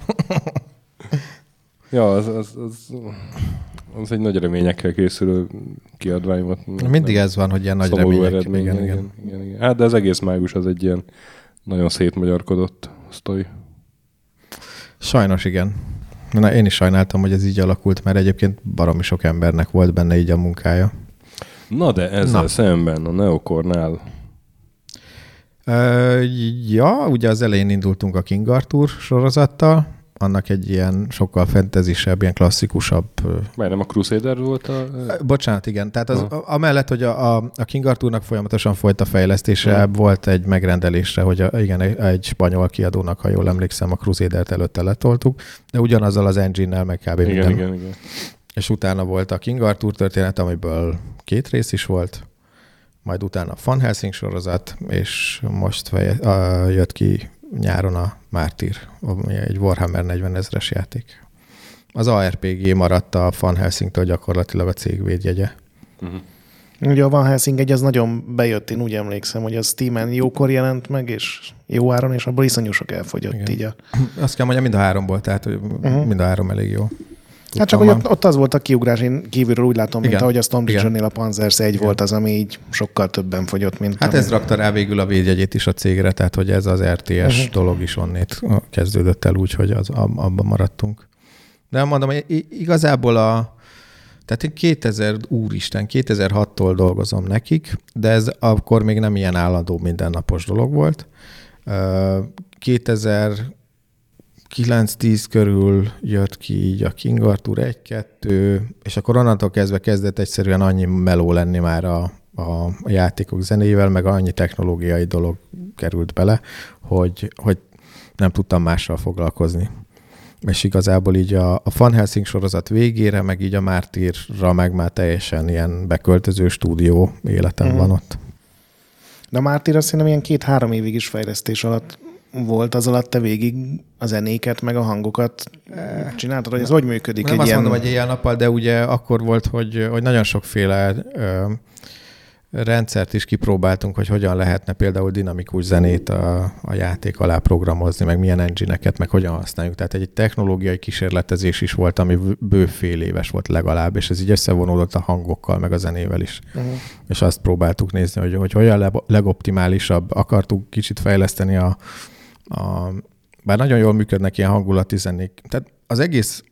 Ja, az... az, az az egy nagy reményekkel készülő kiadvány volt. Mindig nem, ez van, hogy ilyen nagy remények. Eredmény, igen, igen. Igen, igen, igen. Hát de az egész Mágus az egy ilyen nagyon szétmagyarkodott sztori. Sajnos igen. Na, én is sajnáltam, hogy ez így alakult, mert egyébként baromi sok embernek volt benne így a munkája. Na, de ezzel Na. szemben a Neocornál. Uh, ja, ugye az elején indultunk a King Arthur sorozattal, annak egy ilyen sokkal fantasy-sebb, ilyen klasszikusabb... Már nem a Crusader volt a... Bocsánat, igen. Tehát az, uh. amellett, hogy a, a, a King Arthurnak folyamatosan folyt a fejlesztése, uh. volt egy megrendelésre, hogy a, igen, egy spanyol kiadónak, ha jól emlékszem, a Crusader-t előtte letoltuk, de ugyanazzal az engine-nel meg kb. Igen, minden. igen, igen. És utána volt a King Arthur történet, amiből két rész is volt, majd utána a Van Helsing sorozat, és most feje, uh, jött ki nyáron a Mártír, ami egy Warhammer negyven ezres játék. Az á er pé gé maradt a Van Helsingtől gyakorlatilag a cég védjegye. Uh-huh. Ugye a Van Helsing egy az nagyon bejött, én úgy emlékszem, hogy a Steam-en jókor jelent meg, és jó áron, és abból iszonyú sok elfogyott. Igen. Így a... Azt kell mondjam, mind a háromból, tehát uh-huh. mind a három elég jó. Hát csak, hogy ott, ott az volt a kiugrás, én kívülről úgy látom, mint ahogy a Stormbreacher-nél a Panzers egy Igen. volt az, ami így sokkal többen fogyott, mint... Hát ez rakta rá végül a védjegyét is a cégre, tehát hogy ez az er té es uh-huh. dolog is onnét kezdődött el úgy, hogy az, abban maradtunk. De mondom, igazából a... Tehát én kétezer, úristen, kétezer-hattól dolgozom nekik, de ez akkor még nem ilyen állandó mindennapos dolog volt. kétezer-kilenc-tíz körül jött ki így a King Arthur egy-kettő, és akkor onnantól kezdve kezdett egyszerűen annyi meló lenni már a, a játékok zenéjével, meg annyi technológiai dolog került bele, hogy, hogy nem tudtam mással foglalkozni. És igazából így a, a Van Helsing sorozat végére, meg így a Mártírra meg már teljesen ilyen beköltöző stúdió életem uh-huh. van ott. De a Mártír azt hiszem ilyen két-három évig is fejlesztés alatt volt, az alatt te végig a zenéket, meg a hangokat csináltad, hogy ez hogy működik? Nem egy azt ilyen... mondom, hogy éjjel-nappal, de ugye akkor volt, hogy, hogy nagyon sokféle ö, rendszert is kipróbáltunk, hogy hogyan lehetne például dinamikus zenét a, a játék alá programozni, meg milyen engine-eket, meg hogyan használjuk. Tehát egy technológiai kísérletezés is volt, ami bő fél éves volt legalább, és ez így összevonódott a hangokkal, meg a zenével is. Uh-huh. És azt próbáltuk nézni, hogy, hogy hogyan legoptimálisabb. Akartuk kicsit fejleszteni a, a... Bár nagyon jól működnek ilyen hangulati zenék. Tehát az egész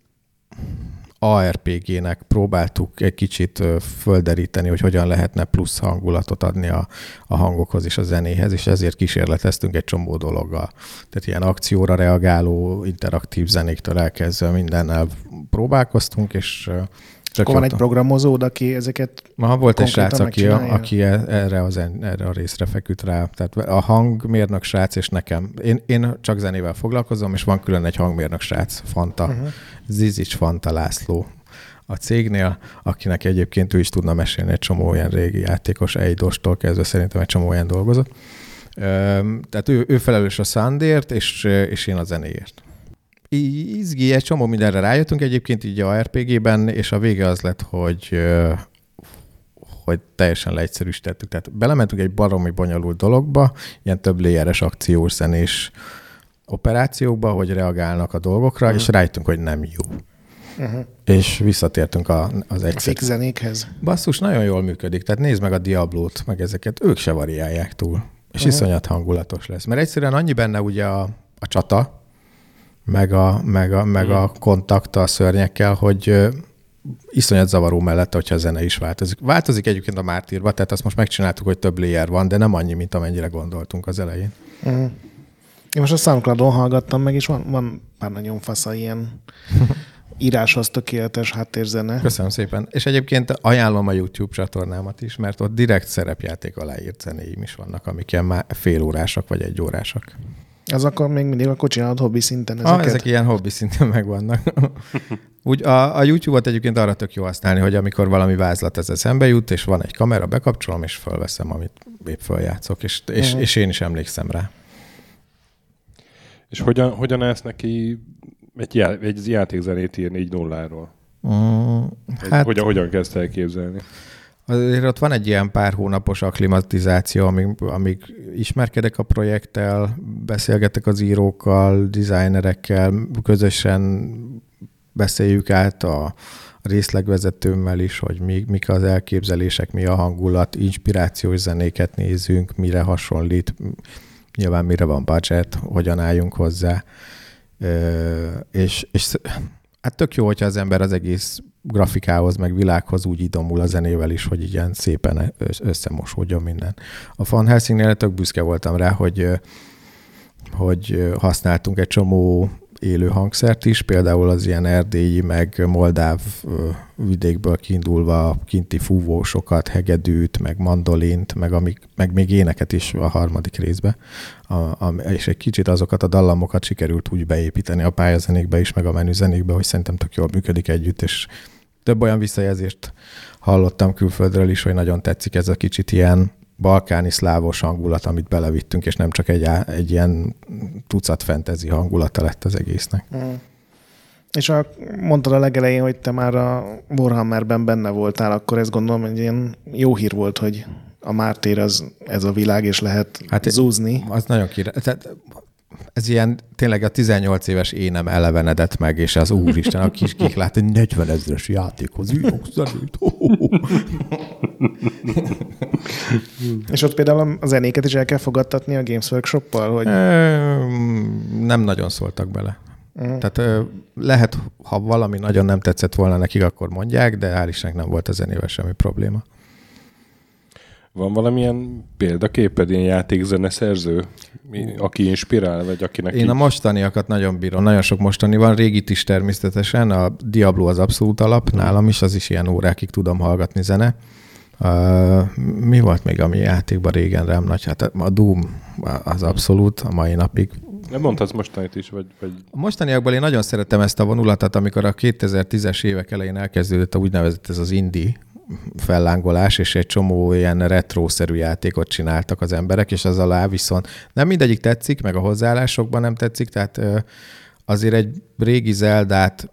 á er pé gének próbáltuk egy kicsit földeríteni, hogy hogyan lehetne plusz hangulatot adni a, a hangokhoz és a zenéhez, és ezért kísérleteztünk egy csomó dologgal. Tehát ilyen akcióra reagáló, interaktív zenéktől elkezdve mindennel próbálkoztunk, és akkor van egy programozód, aki ezeket Ma volt egy srác, aki, a, aki erre, az, erre a részre feküdt rá. Tehát a hangmérnök srác és nekem. Én, én csak zenével foglalkozom, és van külön egy hangmérnök srác, Fanta. Uh-huh. Zizics Fanta László a cégnél, akinek egyébként ő is tudna mesélni egy csomó olyan régi játékos, Eidostól kezdve szerintem egy csomó olyan dolgozott. Tehát ő, ő felelős a soundért, és, és én a zenéért. Izgi, egy csomó mindenre rájöttünk egyébként így a er pé gében, és a vége az lett, hogy, hogy teljesen leegyszerűsítettük. Tehát belementünk egy baromi bonyolult dologba, ilyen több layeres akciós zenés operációkba, hogy reagálnak a dolgokra, uh-huh. és rájöttünk, hogy nem jó. Uh-huh. És visszatértünk a, az egyszerű. Fix zenékhez. Basszus, nagyon jól működik. Tehát nézd meg a Diablót, meg ezeket, ők se variálják túl. És uh-huh. iszonyat hangulatos lesz. Mert egyszerűen annyi benne ugye a, a csata, meg a, meg a, meg a kontakta a szörnyekkel, hogy uh, iszonyat zavaró mellette, hogyha a zene is változik. Változik egyébként a Mártírba, tehát azt most megcsináltuk, hogy több layer van, de nem annyi, mint amennyire gondoltunk az elején. Uh-huh. Én most a SoundCloud-on hallgattam meg, és van, van pár nagyon fasza ilyen íráshoz tökéletes háttérzene. Köszönöm szépen. És egyébként ajánlom a YouTube csatornámat is, mert ott direkt szerepjáték aláírt zenéim is vannak, amik ilyen már félórásak vagy egyórásak. Az akkor még mindig akkor csinálod hobbi szinten ezeket? Ah, ezek ilyen hobbi szinten megvannak. Úgy a, a YouTube-ot egyébként arra tök jó használni, hogy amikor valami vázlat ez eszembe jut, és van egy kamera, bekapcsolom, és fölveszem, amit épp följátszok, és, és, uh-huh. és én is emlékszem rá. És hogyan, hogyan állsz neki egy, já, egy játékzenét írni így nulláról? Mm, hát, hogyan, hogyan kezdte elképzelni? Azért ott van egy ilyen pár hónapos akklimatizáció, amíg, amíg ismerkedek a projekttel, beszélgetek az írókkal, designerekkel, közösen beszéljük át a részlegvezetőmmel is, hogy mi, mik az elképzelések, mi a hangulat, inspirációs zenéket nézünk, mire hasonlít, nyilván mire van budget, hogyan álljunk hozzá. És, és hát tök jó, hogyha az ember az egész grafikához, meg világhoz úgy idomul a zenével is, hogy ilyen szépen összemosódjon minden. A Van Helsingnél tök büszke voltam rá, hogy, hogy használtunk egy csomó élő hangszert is, például az ilyen erdélyi, meg moldáv vidékből kiindulva kinti fúvósokat, hegedűt, meg mandolint, meg, amik, meg még éneket is a harmadik részbe. A, a, és egy kicsit azokat a dallamokat sikerült úgy beépíteni a pályazenékbe is, meg a menüzenékbe, hogy szerintem tök jól működik együtt, és több olyan visszajelzést hallottam külföldről is, hogy nagyon tetszik ez a kicsit ilyen balkáni szlávos hangulat, amit belevittünk, és nem csak egy, egy ilyen tucat fantasy hangulata lett az egésznek. Mm. És a, mondtad a legelején, hogy te már a Warhammerben benne voltál, akkor ezt gondolom, hogy ilyen jó hír volt, hogy a Mártér az ez a világ, és lehet hát zúzni. Az nagyon király. Tehát ez ilyen, tényleg a tizennyolc éves énem elevenedett meg, és az úristen, a kis kik lát, egy negyven ezres játékhoz írok zenét. És ott például a zenéket is el kell fogadtatni a Games Workshop-pal? Hogy... Nem nagyon szóltak bele. Uh-huh. Tehát lehet, ha valami nagyon nem tetszett volna nekik, akkor mondják, de hál' Istennek nem volt a zenével semmi probléma. Van valamilyen példaképed, ilyen játékzeneszerző, aki inspirál, vagy akinek... Én így... a mostaniakat nagyon bírom, nagyon sok mostani van, régit is természetesen, a Diablo az abszolút alap, nálam is, az is ilyen órákig tudom hallgatni zene. Uh, mi volt még a mi játékban régen rám nagy? Hát a Doom az abszolút, a mai napig. Nem mondhatsz mostanit is, vagy... vagy... A mostaniakban én nagyon szeretem ezt a vonulatot, amikor a kétezer-tízes évek elején elkezdődött a úgynevezett ez az indie fellángolás, és egy csomó ilyen retro-szerű játékot csináltak az emberek, és az alá viszont nem mindegyik tetszik, meg a hozzáállásokban nem tetszik, tehát azért egy régi Zeldát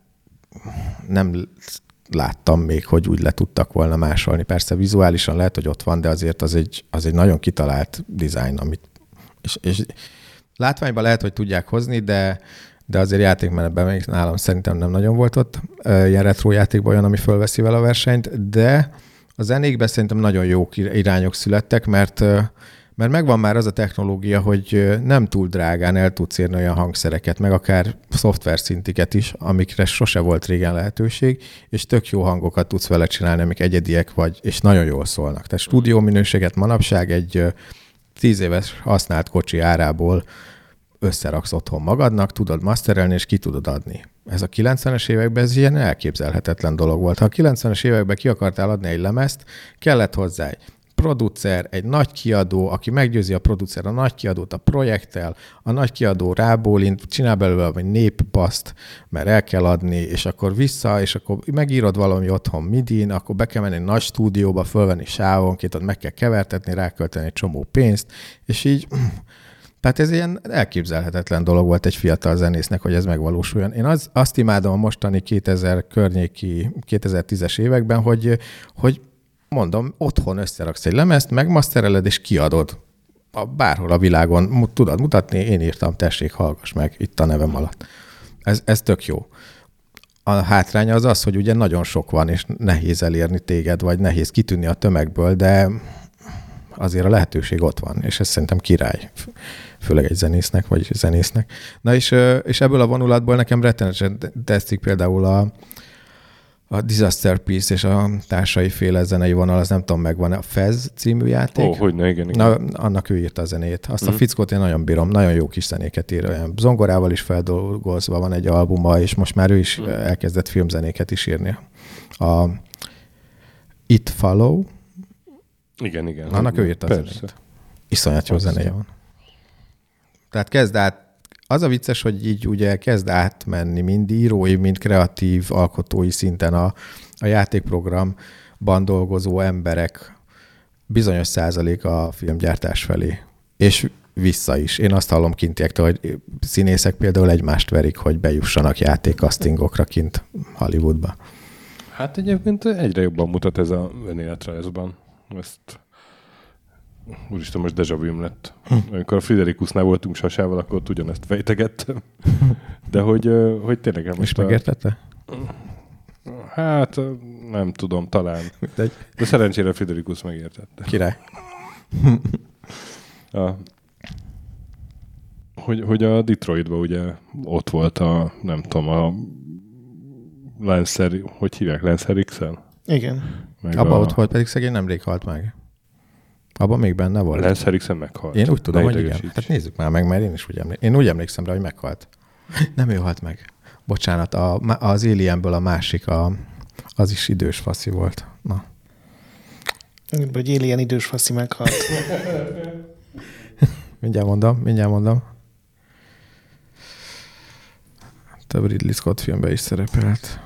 nem láttam még, hogy úgy le tudtak volna másolni. Persze vizuálisan lehet, hogy ott van, de azért az egy, az egy nagyon kitalált dizájn, amit és, és látványban lehet, hogy tudják hozni, de de azért játékmenetben még nálam szerintem nem nagyon volt ott ilyen retro játékban olyan, ami fölveszi vele a versenyt, de a zenékben szerintem nagyon jó irányok születtek, mert, mert megvan már az a technológia, hogy nem túl drágán el tudsz érni olyan hangszereket, meg akár szoftver szintiket is, amikre sose volt régen lehetőség, és tök jó hangokat tudsz vele csinálni, amik egyediek vagy, és nagyon jól szólnak. Tehát stúdió minőséget manapság egy tíz éves használt kocsi árából összeraksz otthon magadnak, tudod masterelni, és ki tudod adni. Ez a kilencvenes években ez ilyen elképzelhetetlen dolog volt. Ha a kilencvenes években ki akartál adni egy lemezt, kellett hozzá egy producer, egy nagy kiadó, aki meggyőzi a producer a nagy kiadót a projekttel, a nagy kiadó rábólint, csinál belőle egy néppaszt, mert el kell adni, és akkor vissza, és akkor megírod valami otthon midin, akkor be kell menni egy nagy stúdióba, fölvenni sávonként, ott meg kell kevertetni, rákölteni egy csomó pénzt, és így... Tehát ez ilyen elképzelhetetlen dolog volt egy fiatal zenésznek, hogy ez megvalósuljon. Én az, azt imádom a mostani kétezer környéki, kétezer-tízes években, hogy, hogy mondom, otthon összeraksz egy lemezt, megmastereled és kiadod. A, bárhol a világon tudod mutatni, én írtam, tessék, hallgass meg itt a nevem alatt. Ez, ez tök jó. A hátránya az az, hogy ugye nagyon sok van, és nehéz elérni téged, vagy nehéz kitűnni a tömegből, de azért a lehetőség ott van, és ez szerintem király, főleg egy zenésznek, vagy zenésznek. Na és, és ebből a vonulatból nekem rettenetesen tetszik például a, a Disaster Piece és a társai féle zenei vonal, az nem tudom, megvan a Fez című játék. Ó, hogyne, igen, igen. Na, annak ő írta a zenét. Azt mm. a fickót én nagyon bírom, nagyon jó kis zenéket ír. Olyan zongorával is feldolgozva van egy albuma, és most már ő is mm. elkezdett filmzenéket is írni. A It Follow, igen, igen. annak ő írta a zenét. Iszonyat jó zenéje van. Tehát kezd át, az a vicces, hogy így ugye kezd átmenni mind írói, mind kreatív, alkotói szinten a, a játékprogramban dolgozó emberek bizonyos százalék a filmgyártás felé. És vissza is. Én azt hallom kintiektől, hogy színészek például egymást verik, hogy bejussanak játékkasztingokra kint Hollywoodba. Hát egyébként egyre jobban mutat ez a önéletrajzban. Ezt úristen, most déjà vu lett. Hm. Amikor a Friderikusznál voltunk Sasával, akkor ugyanezt fejtegettem. De hogy, hogy tényleg most... És megértette? A... Hát nem tudom, talán. De szerencsére Friderikus megértette. Király. A... Hogy, hogy a Detroitban ugye ott volt a, nem tudom, a Lancer, hogy hívják? Lancer X-en? Igen. Abba a... ott volt, pedig szegény nemrég halt meg. Abban még benne volt. Lancer X-en meghalt. Én úgy tudom, hogy igen. Hát nézzük már meg, mert én is úgy emlékszem. Én úgy emlékszem rá, hogy meghalt. Nem ő halt meg. Bocsánat, a, az Alienből a másik, a, az is idős faszi volt. Na. Hogy Alien idős faszi meghalt. mindjárt mondom, mindjárt mondom. Több Ridley Scott filmben is szerepelt.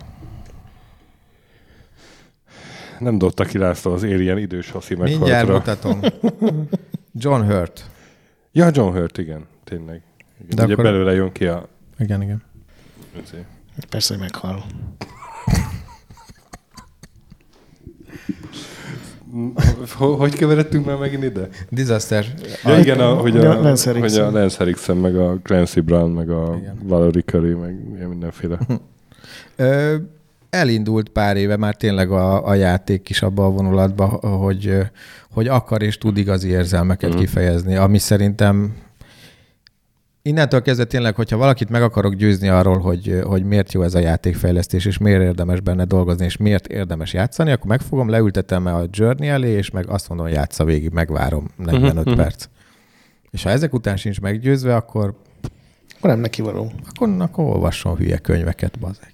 Nem dobta ki László az Alien idős faszi meghaltra. Mindjárt mutatom. John Hurt. Ja, John Hurt, igen. Tényleg. Igen. De ugye akkor... belőle jön ki a... Igen, igen. Ezért. Persze, hogy meghal. Hogy keveredtünk már megint ide? Disaster. Ja, igen, a, hogy a, a Lancer hogy a Lancer X-en, meg a Clancy Brown, meg a igen. Valerie Curry, meg ilyen mindenféle. Ö, elindult pár éve már tényleg a, a játék is abba a vonulatba, hogy, hogy akar és tud igazi érzelmeket mm. kifejezni, ami szerintem innentől kezdve tényleg, hogyha valakit meg akarok győzni arról, hogy, hogy miért jó ez a játékfejlesztés, és miért érdemes benne dolgozni, és miért érdemes játszani, akkor megfogom, leültetem a Journey elé, és meg azt mondom, hogy játsza végig, megvárom negyvenöt uh-huh. perc. És ha ezek után sincs meggyőzve, akkor... Akkor nem neki való. Akkor, akkor olvasson hülye könyveket, bazeg.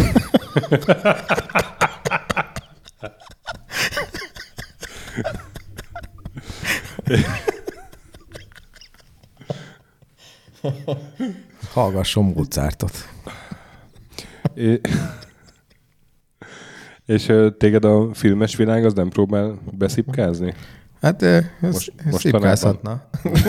Hallgasson Mozartot. É... És téged a filmes világ az nem próbál beszipkázni? Hát ez, most, ez szipkázhatna.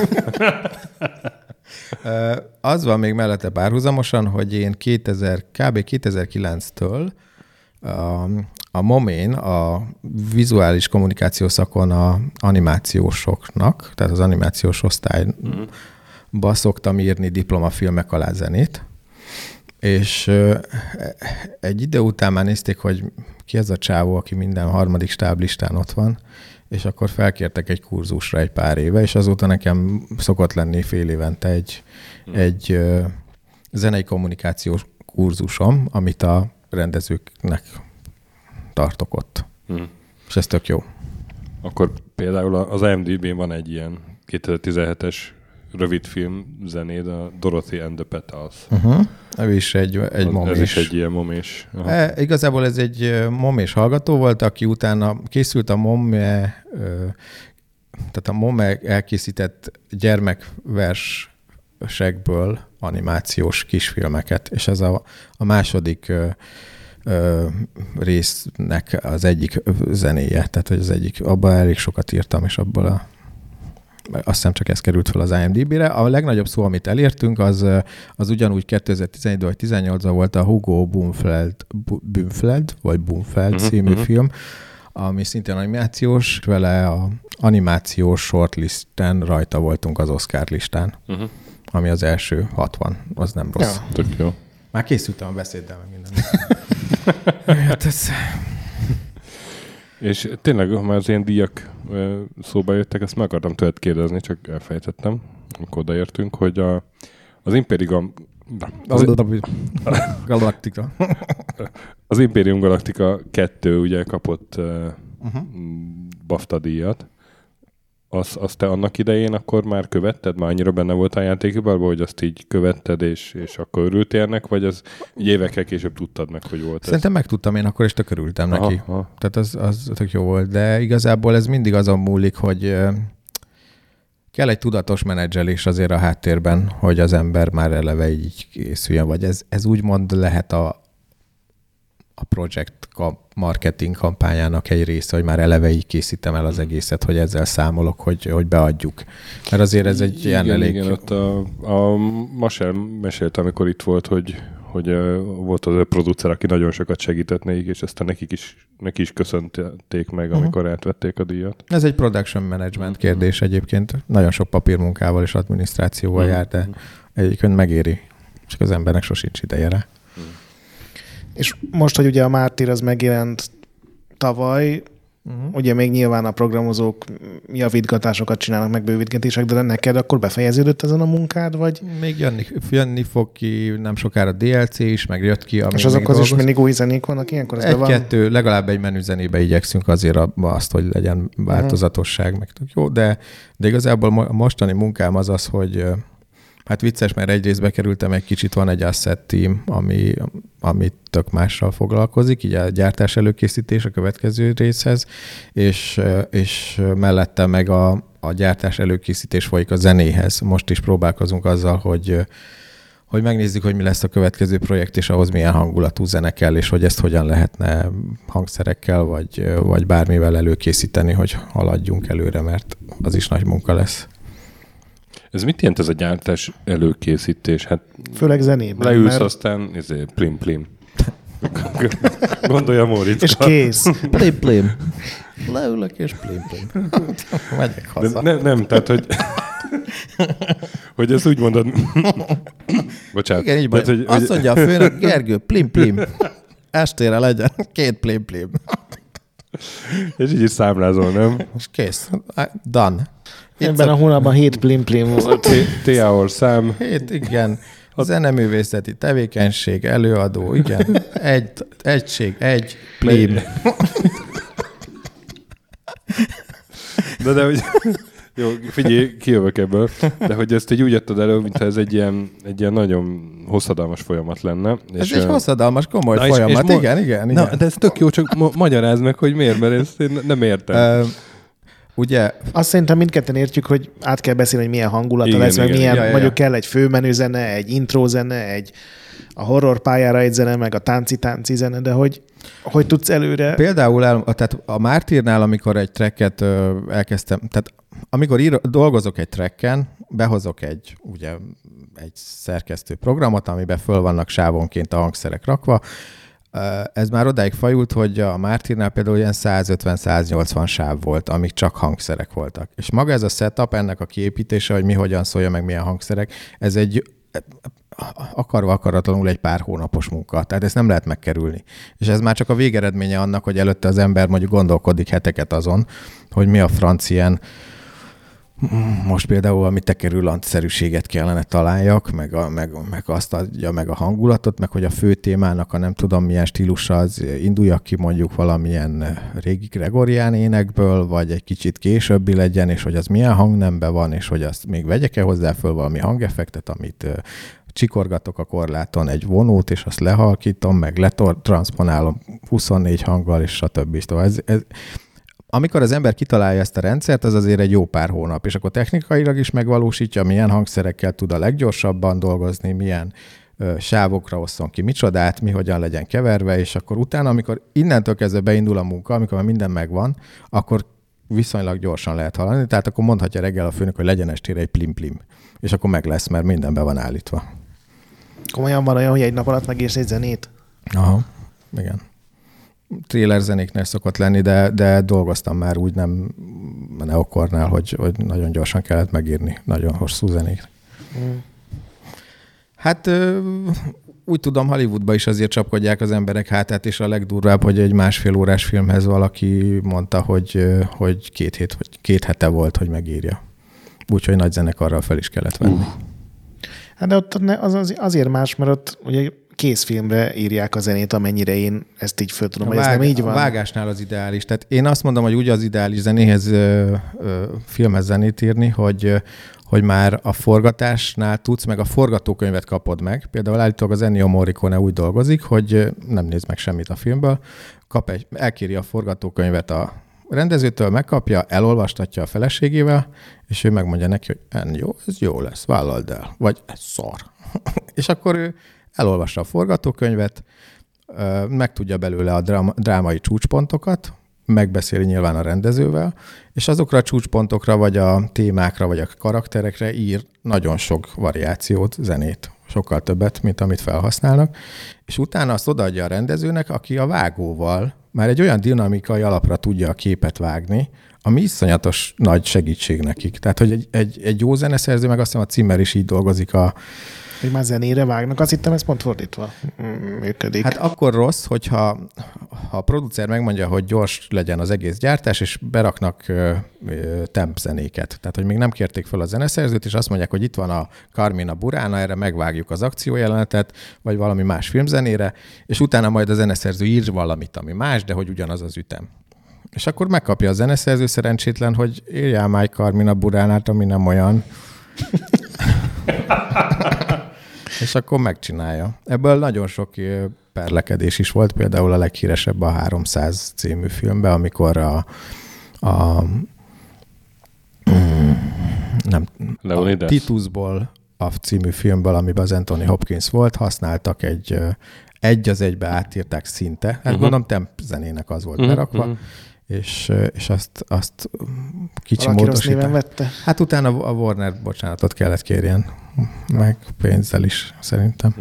Az van még mellette párhuzamosan, hogy én kétezer, kb. kétezer-kilenctől a, a momén, a vizuális kommunikáció szakon a animációsoknak, tehát az animációs osztályba mm. szoktam írni diplomafilmek alá zenét, és egy idő után már nézték, hogy ki ez a csávó, aki minden harmadik stáblistán ott van, és akkor felkértek egy kurzusra egy pár éve, és azóta nekem szokott lenni fél évente egy, hmm. egy uh, zenei kommunikációs kurzusom, amit a rendezőknek tartok ott. Hmm. És ez tök jó. Akkor például az I M D B-n van egy ilyen kétezer-tizenhetes rövidfilm zenéd, a Dorothy and the Petals. Uh-huh. Ez is egy, egy momés. Ez is egy ilyen momés. E, igazából ez egy momés hallgató volt, aki utána készült a mome, tehát a mome elkészített gyermekversekből animációs kisfilmeket, és ez a, a második ö, ö, résznek az egyik zenéje, tehát hogy az egyik, abban elég sokat írtam, és abból a azt hiszem csak ez került fel az I M D B-re. A legnagyobb szó, amit elértünk, az, az ugyanúgy kétezer-tizenegyben vagy tizennyolcban volt a Hugo Bumfeld, Bumfeld vagy Bumfeld uh-huh, című uh-huh. film, ami szintén animációs, vele a animációs shortlisten rajta voltunk az Oscar listán, uh-huh. ami az első hatvan, az nem rossz. Ja. Tök jó. Már készültem a beszéddel, meg minden. hát ez... És tényleg, ha már az ilyen díjak szóba jöttek, ezt meg akartam tőled kérdezni, csak elfejtettem, amikor odaértünk, hogy a, az Imperium... Az, Galactica. Az Imperium Galactica kettő ugye kapott uh-huh. BAFTA díjat. Azt, azt te annak idején akkor már követted? Már annyira benne volt a játékban, hogy azt így követted, és, és akkor örültél ennek, vagy az évekkel később tudtad meg, hogy volt Szerintem ez? Megtudtam én akkor, és tök örültem aha, neki. Aha. Tehát az, az tök jó volt. De igazából ez mindig azon múlik, hogy kell egy tudatos menedzselés azért a háttérben, hogy az ember már eleve így készüljön, vagy ez, ez úgymond lehet a, a projekt marketing kampányának egy része, hogy már eleve így készítem el az egészet, hogy ezzel számolok, hogy, hogy beadjuk. Mert azért ez egy ilyen igen, elég... Igen, ott a, a Masel mesélt, amikor itt volt, hogy, hogy volt az a producer, aki nagyon sokat segített nekik, és aztán nekik is, neki is köszönték meg, amikor uh-huh. átvették a díjat. Ez egy production management kérdés egyébként. Nagyon sok papírmunkával és adminisztrációval uh-huh. jár, de egyébként megéri. Csak az embernek sosincs ideje rá. És most, hogy ugye a Mártír az megjelent tavaly, Uh-huh. Ugye még nyilván a programozók javítgatásokat csinálnak, meg bővítgetések, de neked akkor befejeződött ezen a munkád, vagy? Még jönni, jönni fog ki nem sokára dé el cé is, meg jött ki. És azokhoz is mindig új zenék vannak ilyenkor? Egy-kettő, van... legalább egy menüzenébe igyekszünk azért azt, hogy legyen változatosság, uh-huh. meg jó, de, de igazából a mostani munkám az az, hogy hát vicces, mert egyrészt bekerültem egy kicsit, van egy asset team, ami, ami tök mással foglalkozik, így a gyártás előkészítés a következő részhez, és, és mellette meg a, a gyártás előkészítés folyik a zenéhez. Most is próbálkozunk azzal, hogy, hogy megnézzük, hogy mi lesz a következő projekt, és ahhoz milyen hangulatú zene kell, és hogy ezt hogyan lehetne hangszerekkel, vagy, vagy bármivel előkészíteni, hogy haladjunk előre, mert az is nagy munka lesz. Ez mit jelent ez a gyártás előkészítés? Hát főleg zenében. Leülsz, mert... aztán izé, plim plim. Gondolja Móriczka. És kész. Plim plim. Leülök és plim plim. Megyek haza. De ne, nem, tehát, hogy hogy ezt úgy mondod. Bocsánat. Igen, így tehát, hogy, azt hogy... mondja a főnök, Gergő, plim plim. Estére legyen két plim plim. És így is számlázol, nem? És kész. Done. Ebben a hónapban hét plim-plim volt. té á or szám. Hét, igen. A zeneművészeti tevékenység, előadó, igen. Egy, egység, egy, plim. De, de hogy... Jó, figyelj, kijövök ebből. De hogy ezt így úgy adtad elő, mintha ez egy ilyen, egy ilyen nagyon hosszadalmas folyamat lenne. Ez és, egy hosszadalmas, komoly na, folyamat, és, és igen, igen, igen. Na, de ez tök jó, csak ma- magyarázd meg, hogy miért, mert ezt én nem értem. Uh, Ugye? Azt szerintem mindketten értjük, hogy át kell beszélni, hogy milyen hangulata igen, lesz, meg igen. milyen, ja, ja, mondjuk ja. kell egy főmenüzene, egy intrózene, egy a horror pályára egy zene, meg a tánci-tánci zene, de hogy, hogy tudsz előre... Például el, tehát a Mártírnál, amikor egy tracket ö, elkezdtem, tehát amikor ír, dolgozok egy tracken, behozok egy, ugye, egy szerkesztő programot, amiben föl vannak sávonként a hangszerek rakva. Ez már odáig fajult, hogy a Mártírnál például ilyen százötven-száznyolcvan sáv volt, amik csak hangszerek voltak. És maga ez a setup, ennek a kiépítése, hogy mi hogyan szólja, meg milyen hangszerek, ez egy akarva akaratlanul egy pár hónapos munka. Tehát ezt nem lehet megkerülni. És ez már csak a végeredménye annak, hogy előtte az ember mondjuk gondolkodik heteket azon, hogy mi a franc ilyen most például valami tekerőlancszerűséget kellene találjak, meg, a, meg, meg azt adja meg a hangulatot, meg hogy a fő témának a nem tudom milyen stílusa az induljak ki mondjuk valamilyen régi gregorián énekből, vagy egy kicsit későbbi legyen, és hogy az milyen hangnemben van, és hogy azt még vegyek-e hozzá föl valami hangeffektet, amit csikorgatok a korláton egy vonót, és azt lehalkítom, meg letranszponálom huszonnégy hanggal, és stb. Ez, ez, amikor az ember kitalálja ezt a rendszert, az azért egy jó pár hónap, és akkor technikailag is megvalósítja, milyen hangszerekkel tud a leggyorsabban dolgozni, milyen ö, sávokra osszon ki micsodát, mi hogyan legyen keverve, és akkor utána, amikor innentől kezdve beindul a munka, amikor már minden megvan, akkor viszonylag gyorsan lehet hallani, tehát akkor mondhatja reggel a főnök, hogy legyen estére egy plim-plim, és akkor meg lesz, mert minden be van állítva. Komolyan van olyan, hogy egy nap alatt megírsz egy zenét? Aha, igen. Trailer zenéknél szokott lenni, de, de dolgoztam már úgy nem Neokornál, hogy, hogy nagyon gyorsan kellett megírni nagyon hosszú zenék. Mm. Hát úgy tudom, Hollywoodban is azért csapkodják az emberek hátát, és a legdurvább, hogy egy másfél órás filmhez valaki mondta, hogy, hogy két, hét, vagy két hete volt, hogy megírja. Úgyhogy nagy zenekarral fel is kellett venni. Uh. Hát de ott az azért más, mert ott ugye készfilmre írják a zenét, amennyire én ezt így föl tudom, hogy ez nem így van. A vágásnál az ideális. Tehát én azt mondom, hogy úgy az ideális zenéhez, ö, ö, filmhez zenét írni, hogy, hogy már a forgatásnál tudsz, meg a forgatókönyvet kapod meg. Például állítólag az Ennio Morricone úgy dolgozik, hogy nem néz meg semmit a filmből, kap egy, elkéri a forgatókönyvet a rendezőtől, megkapja, elolvastatja a feleségével, és ő megmondja neki, hogy Ennio, ez jó lesz, vállald el, vagy ez szar. És akkor ő elolvassa a forgatókönyvet, megtudja belőle a dráma, drámai csúcspontokat, megbeszéli nyilván a rendezővel, és azokra a csúcspontokra, vagy a témákra, vagy a karakterekre ír nagyon sok variációt, zenét, sokkal többet, mint amit felhasználnak, és utána azt odaadja a rendezőnek, aki a vágóval már egy olyan dinamikai alapra tudja a képet vágni, ami iszonyatos nagy segítség nekik. Tehát, hogy egy, egy, egy jó zeneszerző, meg azt hiszem a Zimmer is így dolgozik a Hogy már zenére vágnak, azt hittem, ez pont fordítva működik. Hát akkor rossz, hogyha ha a producer megmondja, hogy gyors legyen az egész gyártás, és beraknak temp zenéket. Tehát, hogy még nem kérték fel a zeneszerzőt, és azt mondják, hogy itt van a Carmina Burana, erre megvágjuk az akciójelenetet, vagy valami más filmzenére, és utána majd a zeneszerző ír valamit, ami más, de hogy ugyanaz az ütem. És akkor megkapja a zeneszerző szerencsétlen, hogy írjál már Carmina Buránát, ami nem olyan. És akkor megcsinálja. Ebből nagyon sok perlekedés is volt, például a leghíresebb a háromszáz című filmben, amikor a, a, nem, a Titusból a című filmből, amiben az Anthony Hopkins volt, használtak egy egy az egybe átírták szinte. Hát uh-huh. gondolom temp zenének az volt uh-huh. berakva. Uh-huh. És, és azt, azt kicsi módosítani. Vette? Hát utána a Warner bocsánatot kellett kérjen, meg pénzzel is szerintem.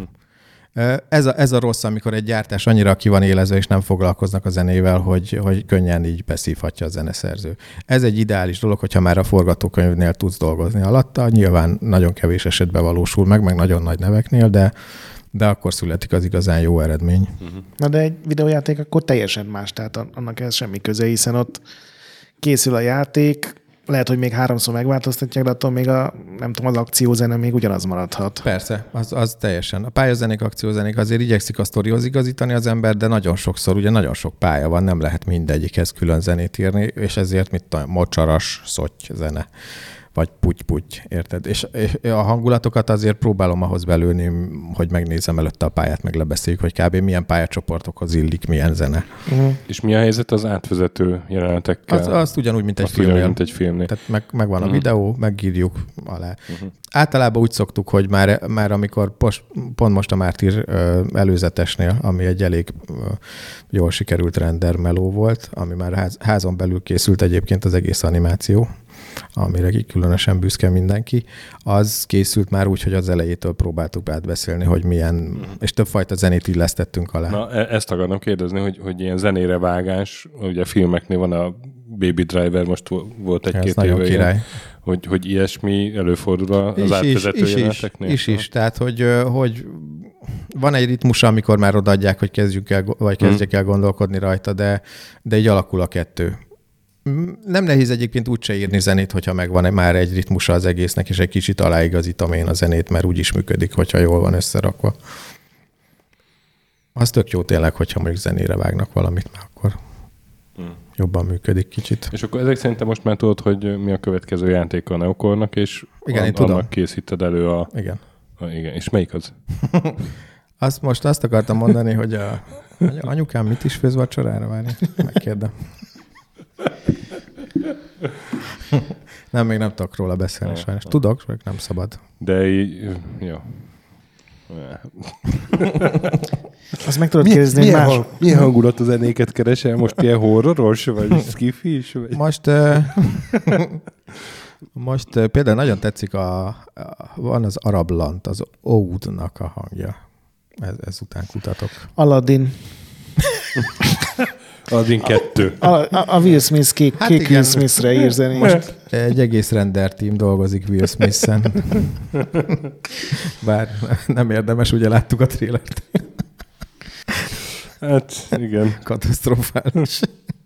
Ez a, ez a rossz, amikor egy gyártás annyira ki van élezve, és nem foglalkoznak a zenével, hogy, hogy könnyen így beszívhatja a zeneszerző. Ez egy ideális dolog, hogyha már a forgatókönyvnél tudsz dolgozni alatta. Nyilván nagyon kevés esetben valósul meg, meg nagyon nagy neveknél, de de akkor születik az igazán jó eredmény. Uh-huh. Na de egy videójáték akkor teljesen más, tehát annak ez semmi köze, hiszen ott készül a játék, lehet, hogy még háromszor megváltoztatják, de attól még a, nem tudom, az akciózene még ugyanaz maradhat. Persze, az, az teljesen. A pályazenék, akciózenék azért igyekszik a sztorihoz igazítani az ember, de nagyon sokszor, ugye nagyon sok pálya van, nem lehet mindegyikhez külön zenét írni, és ezért mit tudom, mocsaras, szotty zene. Vagy puty-puty, érted? És, és a hangulatokat azért próbálom ahhoz belülni, hogy megnézem előtte a pályát, meg lebeszéljük, hogy kb. Milyen pályacsoportokhoz illik, milyen zene. Uh-huh. És mi a helyzet az átvezető jelenetekkel? Az, azt ugyanúgy, mint egy filmnél. Ugyanúgy, mint egy filmnél. Tehát meg, megvan uh-huh. a videó, megírjuk alá. Uh-huh. Általában úgy szoktuk, hogy már, már amikor post, pont most a Mártír előzetesnél, ami egy elég jól sikerült render meló volt, ami már ház, házon belül készült egyébként az egész animáció, amire különösen büszke mindenki, az készült már úgy, hogy az elejétől próbáltuk átbeszélni, hogy milyen, és többfajta zenét illesztettünk alá. Na, ezt akarom kérdezni, hogy, hogy ilyen zenére vágás, ugye a filmeknél van a Baby Driver, most volt egy-két éve ilyen, hogy, hogy ilyesmi előfordul az is, átvezető is, jeleneteknél? Is, is, is, tehát hogy, hogy van egy ritmusa, amikor már odaadják, hogy kezdjük el, vagy kezdjek el gondolkodni rajta, de, de így alakul a kettő. Nem nehéz egyébként úgyse írni zenét, hogyha megvan már egy ritmusa az egésznek, és egy kicsit aláigazítom én a zenét, mert úgy is működik, hogyha jól van összerakva. Az tök jó tényleg, hogyha mondjuk zenére vágnak valamit, mert akkor hmm. jobban működik kicsit. És akkor ezek szerintem most már tudod, hogy mi a következő játék a Neokornak, és igen, an- én tudom. annak készíted elő a... Igen. a igen. És melyik az? Azt most azt akartam mondani, hogy a anyukám mit is főz vacsorára, várni? Megkérdem. Nem, még nem tudok róla beszélni sajnos. Tudok, csak nem szabad. De így, jó. Azt meg tudod kérdezni, hogy milyen, más... hang, milyen hangulatú zenéket keresel? Most ilyen horroros, vagy skifi-s? Vagy... Most, uh, most uh, például nagyon tetszik, a, a, van az Arab Lant, az Oud-nak a hangja. Ez, ez után kutatok. Aladdin. Aladdin kettő. A, a, a Will Smith kék, hát kék Will Smith-re ír zenét. Most egy egész render team dolgozik Will Smith-en. Bár nem érdemes, ugye láttuk a trélert. Hát igen. Katasztrofális.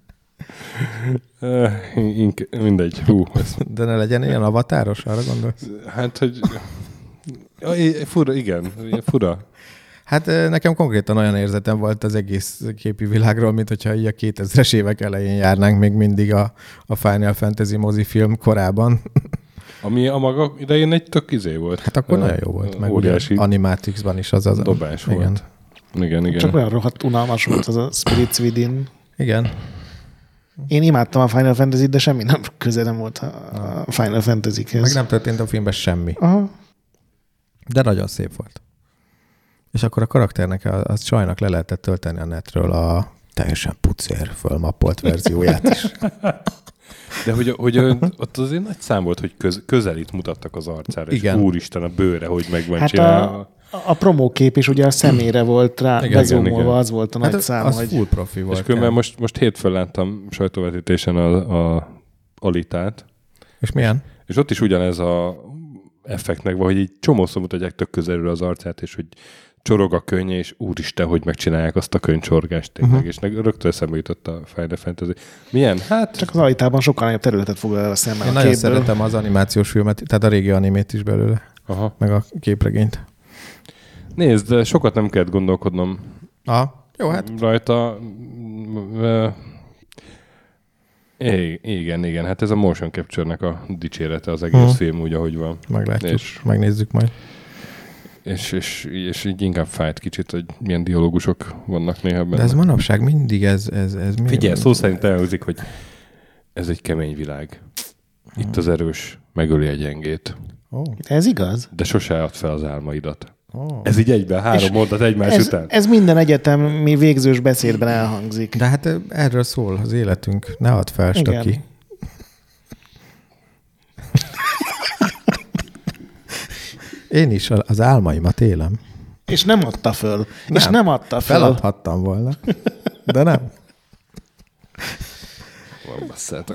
Uh, ink- mindegy. Hú, ezt... De ne legyen ilyen avatáros, arra gondolsz? Hát, hogy... Fura, igen. Fura. Hát nekem konkrétan olyan érzetem volt az egész képi világról, mint hogyha így a kétezres évek elején járnánk még mindig a, a Final Fantasy mozifilm korában. Ami a maga idején egy tök izé volt. Hát akkor uh, nagyon jó volt. Meg óriási Animatrixban is az az... Dobás igen. volt. Igen, igen. Csak olyan rohadt unalmas volt az a Spirits Within. Igen. Én imádtam a Final Fantasy-t, de semmi nem köze nem volt a Final Fantasy-hez. Meg nem történt a filmben semmi. Aha. De nagyon szép volt. És akkor a karakternek az csajnak le lehetett tölteni a netről a teljesen pucér fölmappolt verzióját is. De hogy, hogy ott azért nagy szám volt, hogy köz, közelít mutattak az arcára, igen. És úristen a bőre, hogy meg van hát csinálva. A, a promókép is ugye a szemére volt rá, bezomolva, az volt a hát nagy szám. Az hogy... full profi volt. És különben most, most hétfőn láttam sajtóvetítésen a, a Alitát. És milyen? És ott is ugyanez a effektnek van, hogy így csomószor mutatják tök közelről az arcát, és hogy csorog a könnye, és úristen, hogy megcsinálják azt a könycsorgást tényleg, uh-huh. és rögtön eszembe jutott a Final Fantasy. Milyen? Hát... Csak az Alitában sokkal nagyobb területet foglal el a szemmel. Én a nagyon képből. Szeretem az animációs filmet, tehát a régi animét is belőle, aha. meg a képregényt. Nézd, de sokat nem kellett gondolkodnom Aha. Jó, hát. rajta. É, igen, igen, hát ez a motion capture-nek a dicsérete az egész hmm. film úgy, ahogy van. Meglátjuk, és, megnézzük majd. És, és, és így inkább fájt kicsit, hogy milyen dialógusok vannak néha benne. De ez manapság mindig ez... ez, ez Figyelj, szó szerint elhangzik, hogy ez egy kemény világ. Itt az erős megöli a gyengét. Oh. Ez igaz? De sose add fel az álmaidat. Oh. Ez így egyben, három mondat egymás ez, után. Ez minden egyetemi végzős beszédben elhangzik. De hát erről szól az életünk. Ne add fel, Staki. Én is az álmaimat élem. És nem adta föl. Nem. És nem adta föl. Feladhattam volna. De nem. Van basszátok.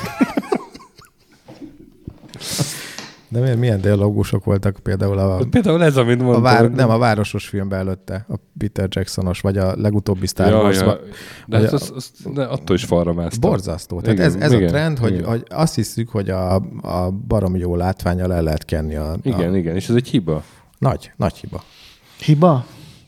De miért, milyen dialógusok voltak például a... Például ez, amit mondtam. A vár, nem, a városos filmben előtte, a Peter Jacksonos, vagy a legutóbbi Star Wars. Ja, ja. De, hát az, az, de attól is falra másztam. Borzasztó. Tehát igen, ez, ez igen, a trend, hogy, hogy azt hiszük, hogy a, a baromi jó látvánnyal el lehet kenni a... Igen, a... igen, és ez egy hiba. Nagy, nagy hiba. Hiba?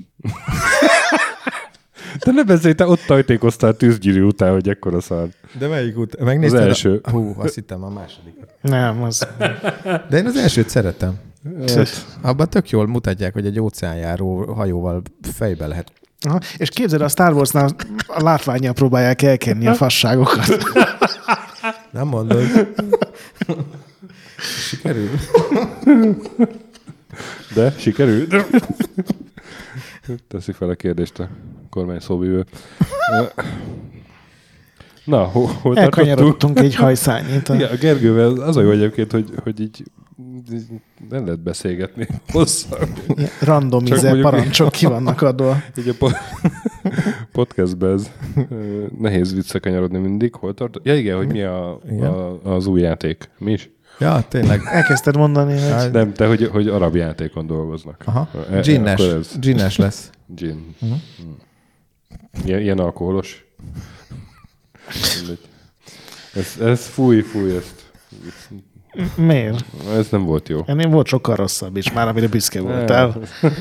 De ne beszélj, te ott tajtékoztál tűzgyűrű után, hogy ekkora szar. De melyik után? Megnézted? Az első. A... Hú, azt hittem a második. Nem, az... De én az elsőt szeretem. Abban tök jól mutatják, hogy egy óceánjáró hajóval fejbe lehet. Aha. És képzeld, a Star Warsnál a látvánnyal próbálják elkenni a fasságokat. Nem mondod. Sikerül. De sikerül. Teszi fel a kérdést a kormány szóvívő. Na, hol, hol elkanyarodtunk egy hajszányit. Igen, a Gergővel az a jó egyébként, hogy, hogy így nem lehet beszélgetni hosszan. Randomize parancsok ki vannak adva. Így a po- podcastben ez nehéz visszakanyarodni mindig. Hol tart? Ja igen, hogy mi a, a, az új játék. Mi is? Ja, tényleg. Elkezdted mondani, hogy... Nem, te, hogy, hogy arab játékon dolgoznak. Aha. Ginnes. Ez... Ginnes lesz. Gin. Uh-huh. Ilyen, ilyen alkoholos. ez, ez fúj, fúj ezt. Miért? Ez nem volt jó. Ennél volt sokkal rosszabb is, már amire büszke voltál.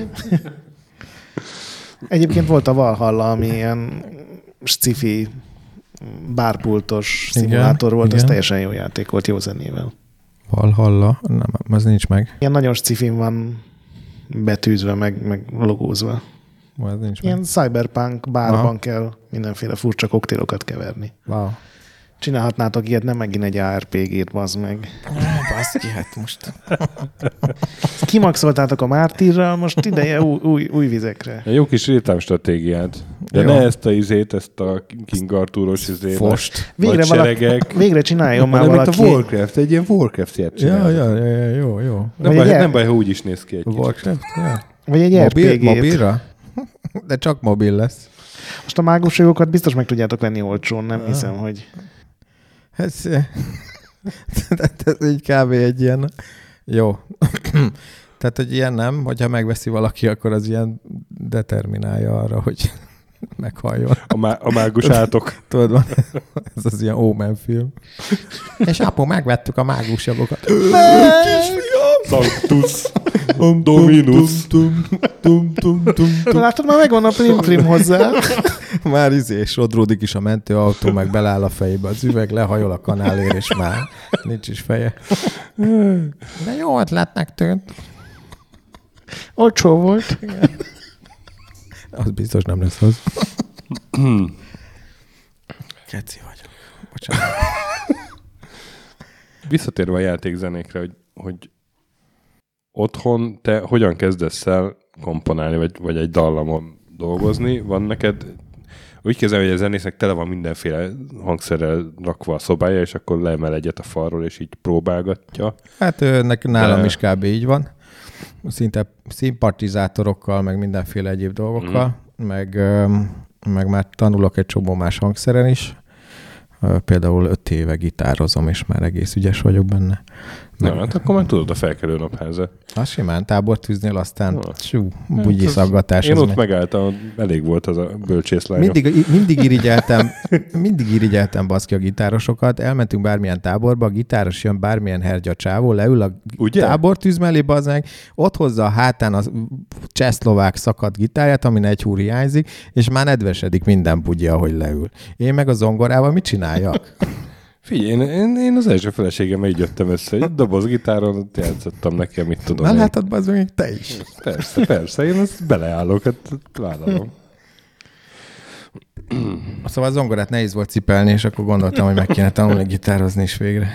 Egyébként volt a Valhalla, ami ilyen sci-fi bárpultos szimulátor volt, igen. Ez teljesen jó játék volt, jó zenével. Valhalla? Nem, az nincs meg. Ilyen nagyon sci-fin van betűzve, meg, meg logózva. Az nincs Ilyen meg. cyberpunk bárban aha. Kell mindenféle furcsa koktélokat keverni. Wow. Csinálhatnátok ilyet, nem megint egy á er pé gét, bazd meg. Bazd ki, hát most. Kimaxoltátok a Mártírral, most ideje új, új, új vizekre. Egy jó kis rétám stratégiát. De jó. Ne ezt a izét, ezt a King Arthuros izét. Fost. Végre, valaki, végre csináljon már valaki. Mint a Warcraft, egy ilyen Warcraft ját csinálja. Ja, ja, ja, jó, jó. Nem baj, nem baj, ha úgy is néz ki egy Warcraft, ja. Vagy egy er pé gét. Mobilra? De csak mobil lesz. Most a mágusjogokat biztos meg tudjátok venni olcsón, nem ah. hiszem, hogy... Ez, ez így kb. Egy ilyen... Jó. Tehát, hogy ilyen nem, hogyha megveszi valaki, akkor az ilyen determinálja arra, hogy meghalljon. A, má- a mágus átok. Tudod, van, ez az ilyen Omen film. És apu, megvettük a mágus jogokat. Sanctus Dominus. Látod, már megvan a prim, prim hozzá. Már izé, sodródik is a mentőautó, meg beláll a fejébe az üveg, lehajol a kanálér, és már nincs is feje. De jó ötletnek tűnt. Olcsó volt. Az biztos nem lesz az. Keci vagyok. Bocsánat. Visszatérve a játékzenékre, hogy, hogy otthon te hogyan kezdesz el komponálni, vagy, vagy egy dallamon dolgozni? Van neked... Úgy kezdem, hogy a zenésznek tele van mindenféle hangszerrel rakva a szobája, és akkor leemel egyet a falról, és így próbálgatja. Hát nek, nálam De... is kb. Így van. Szinte szimpatizátorokkal, meg mindenféle egyéb dolgokkal, mm. meg, meg már tanulok egy csomó más hangszeren is. Például öt éve gitározom, és már egész ügyes vagyok benne. Na, hát akkor már tudod a felkelő napházat. A simán tábortűznél aztán csú, bugyi szaggatás. Én ott meg... megálltam, elég volt az a bölcsészlánya. Mindig, mindig irigyeltem, mindig irigyeltem baszki a gitárosokat, elmentünk bármilyen táborba, a gitáros jön bármilyen hergya csávó, leül a Ugye? tábortűz mellé, bazdmeg, ott hozza a hátán a csehszlovák szakadt gitárját, amin egy húr hiányzik, és már nedvesedik minden bugyi, ahogy leül. Én meg a zongorával mit csináljak? Figyelj, én, én, én az első feleségemmel így jöttem össze, egy dobozgitáron játszottam neki, mit tudom. Na látod, bazd még te is. Persze, persze, én azt beleállok, hát vállalom. Szóval a zongorát nehéz volt cipelni, és akkor gondoltam, hogy meg kéne tanulni gitározni is végre.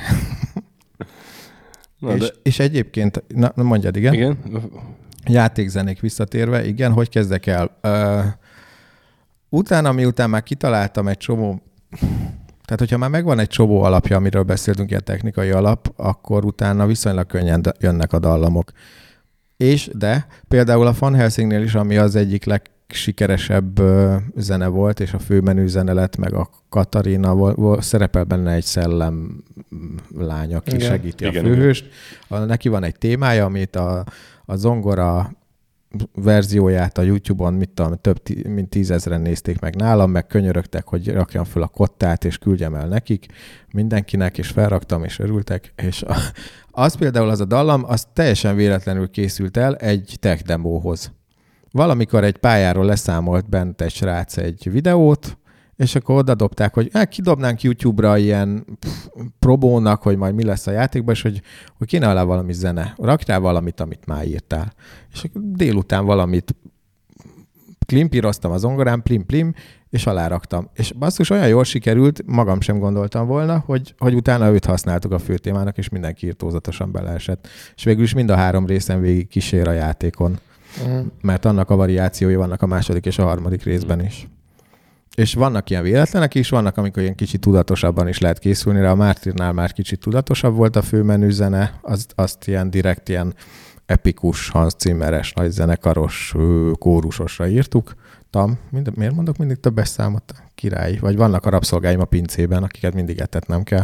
Na, és, de... és egyébként, na, mondjad, igen? Igen. Játékzenék visszatérve, igen, hogy kezdek el? Uh, utána, miután már kitaláltam egy csomó... Tehát, hogyha már megvan egy csomó alapja, amiről beszéltünk, ilyen technikai alap, akkor utána viszonylag könnyen jönnek a dallamok. És, de például a Van Helsingnél is, ami az egyik legsikeresebb zene volt, és a főmenü zene lett, meg a Katarina, volt, szerepel benne egy szellem lány, aki igen. segíti igen, a főhőst. Igen. Neki van egy témája, amit a, a zongora verzióját a YouTube-on, mit tudom, több tí, mint tízezren nézték meg nálam, meg könyörögtek, hogy rakjam föl a kottát, és küldjem el nekik, mindenkinek, és felraktam, és örültek, és a, az például az a dallam, az teljesen véletlenül készült el egy tech demóhoz. Valamikor egy pályáról leszámolt bent egy srác egy videót, és akkor oda dobták, hogy eh, kidobnánk YouTube-ra ilyen pff, probónak, hogy majd mi lesz a játékban, és hogy, hogy kéne alá valami zene. Rakj rá valamit, amit már írtál. És akkor délután valamit klimpíroztam a zongorán, plim-plim, és aláraktam. És basszus, olyan jól sikerült, magam sem gondoltam volna, hogy, hogy utána őt használtuk a főtémának, és mindenki írtózatosan beleesett. És végül is mind a három részen végig kísér a játékon. Mm. Mert annak a variációi vannak a második és a harmadik részben is. És vannak ilyen véletlenek is, vannak, amikor ilyen kicsit tudatosabban is lehet készülni rá. A Mártirnál már kicsit tudatosabb volt a főmenü zene, azt, azt ilyen direkt ilyen epikus, Hans Zimmeres, nagy zenekaros, kórusosra írtuk. Tam, mind, miért mondok mindig többes számot? Király. Vagy vannak a rabszolgáim a pincében, akiket mindig etetnem kell.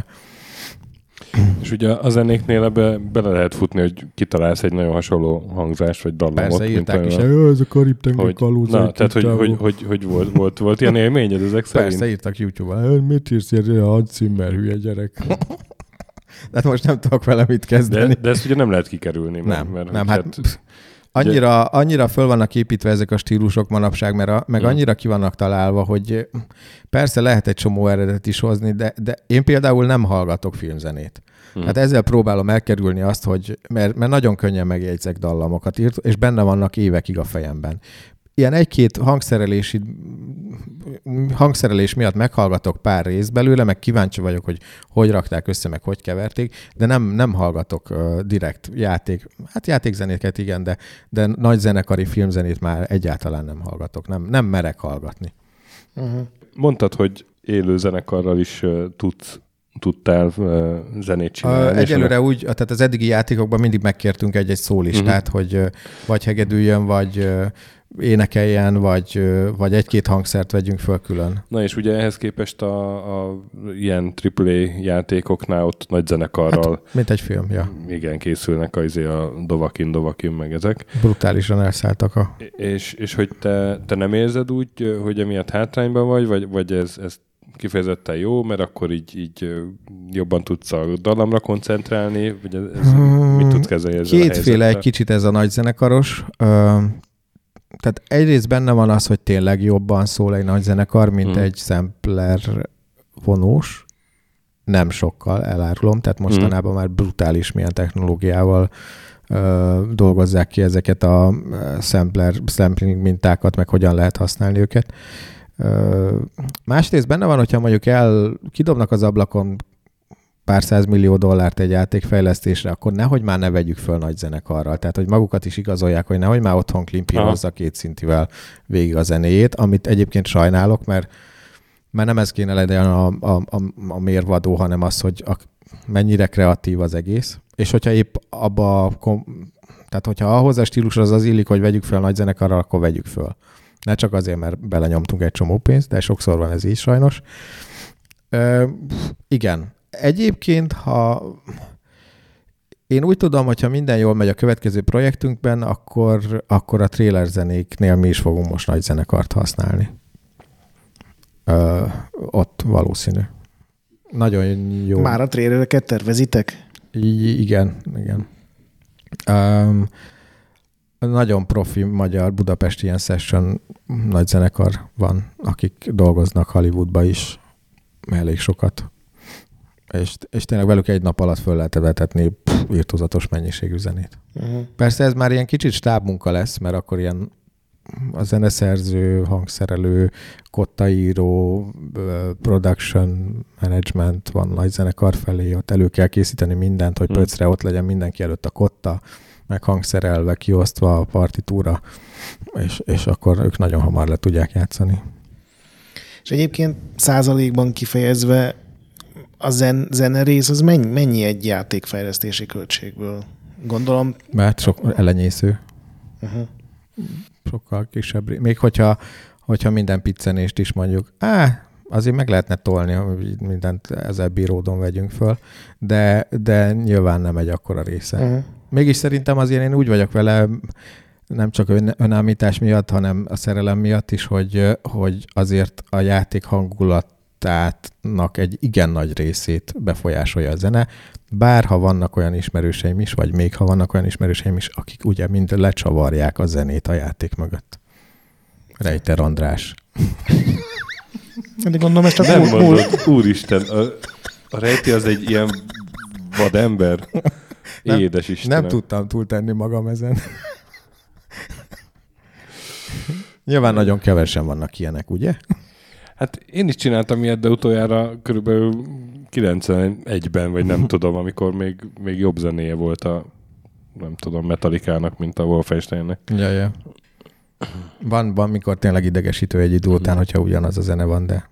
És ugye a zenéknél ebbe bele lehet futni, hogy kitalálsz egy nagyon hasonló hangzást, vagy dallamot. Persze, írták is, ez a Karib-tenger kalózai. Na, tehát, hogy, hogy, hogy, hogy volt, volt, volt ilyen élményed ezek szerint? Persze, írtak YouTube-on. Mit írsz, ilyen Hans Zimmer hülye gyerek? De hát most nem tudok vele mit kezdeni. De, de ezt ugye nem lehet kikerülni. Nem, mert, nem, hát... hát Annyira, annyira föl vannak építve ezek a stílusok manapság, mert a, meg mm. annyira ki vannak találva, hogy persze lehet egy csomó eredet is hozni, de, de én például nem hallgatok filmzenét. Mm. Hát ezzel próbálom elkerülni azt, hogy, mert, mert nagyon könnyen megjegyzek dallamokat, írt, és benne vannak évekig a fejemben. Ilyen egy-két hangszerelési, hangszerelés miatt meghallgatok pár részt belőle, meg kíváncsi vagyok, hogy hogy rakták össze, meg hogy keverték, de nem, nem hallgatok uh, direkt játék, hát játékzenéket igen, de, de nagy zenekari filmzenét már egyáltalán nem hallgatok, nem, nem merek hallgatni. Uh-huh. Mondtad, hogy élő zenekarral is uh, tudsz tudtál uh, zenét csinálni. Uh, egyelőre úgy, tehát az eddigi játékokban mindig megkértünk egy-egy szólistát, uh-huh. hogy uh, vagy hegedüljön, vagy uh, énekeljen, vagy, vagy egy-két hangszert vegyünk föl külön. Na és ugye ehhez képest a, a ilyen á á á játékoknál ott nagy zenekarral... Hát, mint egy film, ja. Igen, készülnek az, a Dovakin, Dovakin, meg ezek. Brutálisan elszálltak a... És, és hogy te, te nem érzed úgy, hogy emiatt hátrányban vagy, vagy, vagy ez, ez kifejezetten jó, mert akkor így, így jobban tudsz a dallamra koncentrálni, vagy ez, ez hmm, mit tudsz kezelni ezzel kétféle egy kicsit ez a nagy zenekaros. Tehát egyrészt benne van az, hogy tényleg jobban szól egy nagy zenekar, mint hmm. egy sampler vonós. Nem sokkal, elárulom. Tehát mostanában hmm. már brutális milyen technológiával ö, dolgozzák ki ezeket a sampler, sampling mintákat, meg hogyan lehet használni őket. Ö, másrészt benne van, hogyha mondjuk el kidobnak az ablakon pár százmillió dollárt egy játékfejlesztésre, akkor nehogy már ne vegyük föl nagy zenekarral. Tehát, hogy magukat is igazolják, hogy nehogy már otthon klimpírozza két szintivel végig a zenéjét, amit egyébként sajnálok, mert, mert nem ez kéne legyen a, a, a, a mérvadó, hanem az, hogy a, mennyire kreatív az egész. És hogyha épp abba, tehát hogyha ahhoz a stílushoz az illik, hogy vegyük föl nagy zenekarral, akkor vegyük föl. Ne csak azért, mert belenyomtunk egy csomó pénzt, de sokszor van ez így sajnos. Ö, igen. Egyébként, ha Én úgy tudom, hogyha minden jól megy a következő projektünkben, akkor, akkor a trailer zenéknél mi is fogunk most nagy zenekart használni. Ö, ott valószínű. Nagyon jó. Már a trailereket tervezitek? I- igen, igen. Um, nagyon profi magyar budapesti ilyen session nagy zenekar van, akik dolgoznak Hollywoodba is elég sokat. És, és tényleg velük egy nap alatt föl lehet vetetni virtuzatos mennyiségű zenét. Uh-huh. Persze ez már ilyen kicsit stábmunka lesz, mert akkor ilyen a zeneszerző, hangszerelő, kottaíró, production management van nagy zenekar felé, ott elő kell készíteni mindent, hogy hmm. pöcre ott legyen mindenki előtt a kotta, meg hangszerelve, kiosztva a partitúra, és, és akkor ők nagyon hamar le tudják játszani. És egyébként százalékban kifejezve a zen, zene rész, az mennyi, mennyi egy játékfejlesztési költségből? Gondolom... Mert sok elenyésző. Uh-huh. Sokkal kisebb. Még hogyha, hogyha minden piccenést is mondjuk, á, azért meg lehetne tolni, hogy mindent ezzel bíródon vegyünk föl, de, de nyilván nem egy akkora része. Uh-huh. Mégis szerintem azért én úgy vagyok vele, nem csak ön, önállítás miatt, hanem a szerelem miatt is, hogy, hogy azért a játék hangulatának egy igen nagy részét befolyásolja a zene, bár ha vannak olyan ismerőseim is, vagy még ha vannak olyan ismerőseim is, akik ugye mind lecsavarják a zenét a játék mögött. Rejter András. De gondolom, ez csak nem úr, mondod, úristen, a, a Rejti az egy ilyen vadember. Nem, Édes Istenem. Nem tudtam túltenni magam ezen. Nyilván nagyon kevesen vannak ilyenek, ugye? Hát én is csináltam ilyet, de utoljára körülbelül kilencvenegyben, vagy nem tudom, amikor még, még jobb zenéje volt a, nem tudom, Metallica-nak, mint a Wolfensteinnek. Ja, ja. Van, van, mikor tényleg idegesítő egy idő után, hogyha ugyanaz a zene van, de...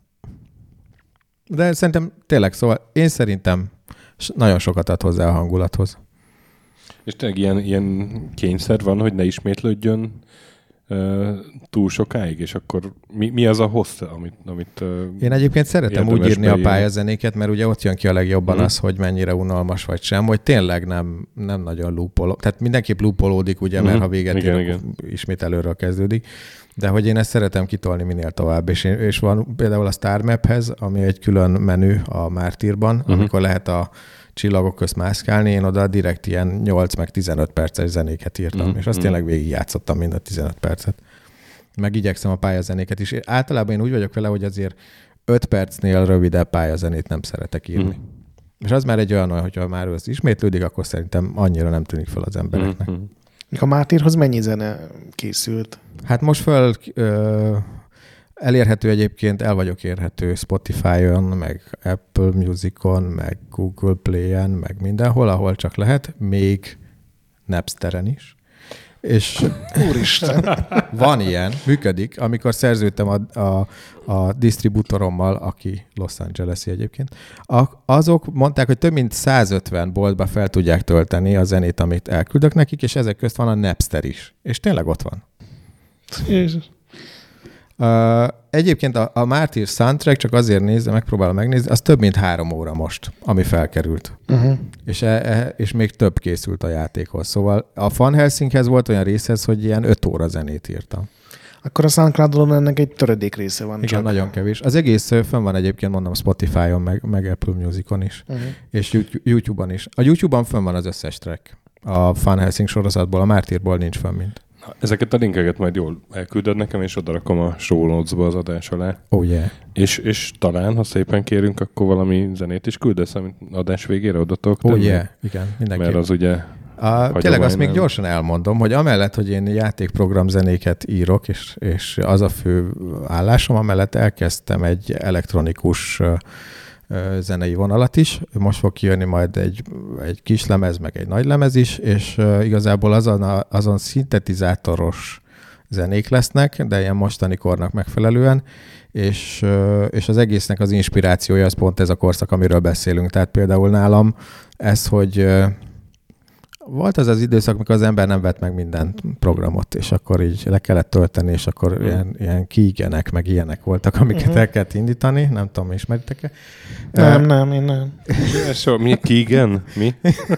De szerintem tényleg, szóval én szerintem nagyon sokat ad hozzá a hangulathoz. És tényleg ilyen, ilyen kényszer van, hogy ne ismétlődjön uh, túl sokáig, és akkor mi, mi az a hossz, amit... amit uh, Én egyébként szeretem úgy írni a pályazenéket, mert ugye ott jön ki a legjobban mm. az, hogy mennyire unalmas vagy sem, hogy tényleg nem, nem nagyon loopolok. Tehát mindenképp loopolódik, ugye, mm. mert ha véget igen, ér, igen. ismét előről kezdődik. De hogy én ezt szeretem kitolni minél tovább. És, én, és van például a Star Maphez, ami egy külön menü a Mártírban, uh-huh. amikor lehet a csillagok közt mászkálni, én oda direkt ilyen nyolc meg tizenöt perces zenéket írtam, uh-huh. és azt tényleg végig játszottam mind a tizenöt percet. Meg igyekszem a pályazenéket is. Általában én úgy vagyok vele, hogy azért öt percnél rövidebb pályazenét nem szeretek írni. Uh-huh. És az már egy olyan, hogyha már az ismétlődik, akkor szerintem annyira nem tűnik fel az embereknek. Uh-huh. A Mártírhoz mennyi zene készült? Hát most föl ö, elérhető egyébként, el vagyok érhető Spotify-on, meg Apple Musicon, meg Google Play-en, meg mindenhol, ahol csak lehet, még Napsteren is. És úristen! Van ilyen, működik. Amikor szerződtem a, a, a disztribútorommal, aki Los Angeles-i egyébként, a, azok mondták, hogy több mint százötven boltba fel tudják tölteni a zenét, amit elküldök nekik, és ezek közt van a Napster is. És tényleg ott van. Jézus. Uh, egyébként a, a Mártír soundtrack, csak azért nézze, megpróbálom megnézni, az több mint három óra most, ami felkerült. Uh-huh. És, e, e, és még több készült a játékhoz. Szóval a Van Helsinghez volt olyan részhez, hogy ilyen öt óra zenét írtam. Akkor a SoundCloud-on ennek egy töredék része van. Igen, csak. Nagyon kevés. Az egész fönn van egyébként, mondom, Spotify-on, meg, meg Apple Musicon is, uh-huh. és YouTube-on is. A YouTube-on fönn van az összes track. A Van Helsing sorozatból, a Mártírból nincs fönn mind. Ezeket a linkeket majd jól elküldöd nekem, és odarakom a show notes-ba az adás alá. Oh yeah. És, és talán, ha szépen kérünk, akkor valami zenét is küldesz, amit adás végére oda tudok tenni. Oh yeah, igen, mindenki. Mert az ugye... A, tényleg azt még gyorsan elmondom, hogy amellett, hogy én játékprogram zenéket írok, és, és az a fő állásom, amellett elkezdtem egy elektronikus zenei vonalat is. Most fog kijönni majd egy, egy kis lemez, meg egy nagy lemez is, és igazából azon, a, azon szintetizátoros zenék lesznek, de ilyen mostani kornak megfelelően, és, és az egésznek az inspirációja az pont ez a korszak, amiről beszélünk. Tehát például nálam ez, hogy Volt az az időszak, amikor az ember nem vett meg minden programot, és akkor így le kellett tölteni, és akkor mm. ilyen, ilyen kígenek, meg ilyenek voltak, amiket mm-hmm. el kellett indítani. Nem tudom, ismeritek-e? Nem, uh, nem, én nem. So, mi? Kígen? Mi?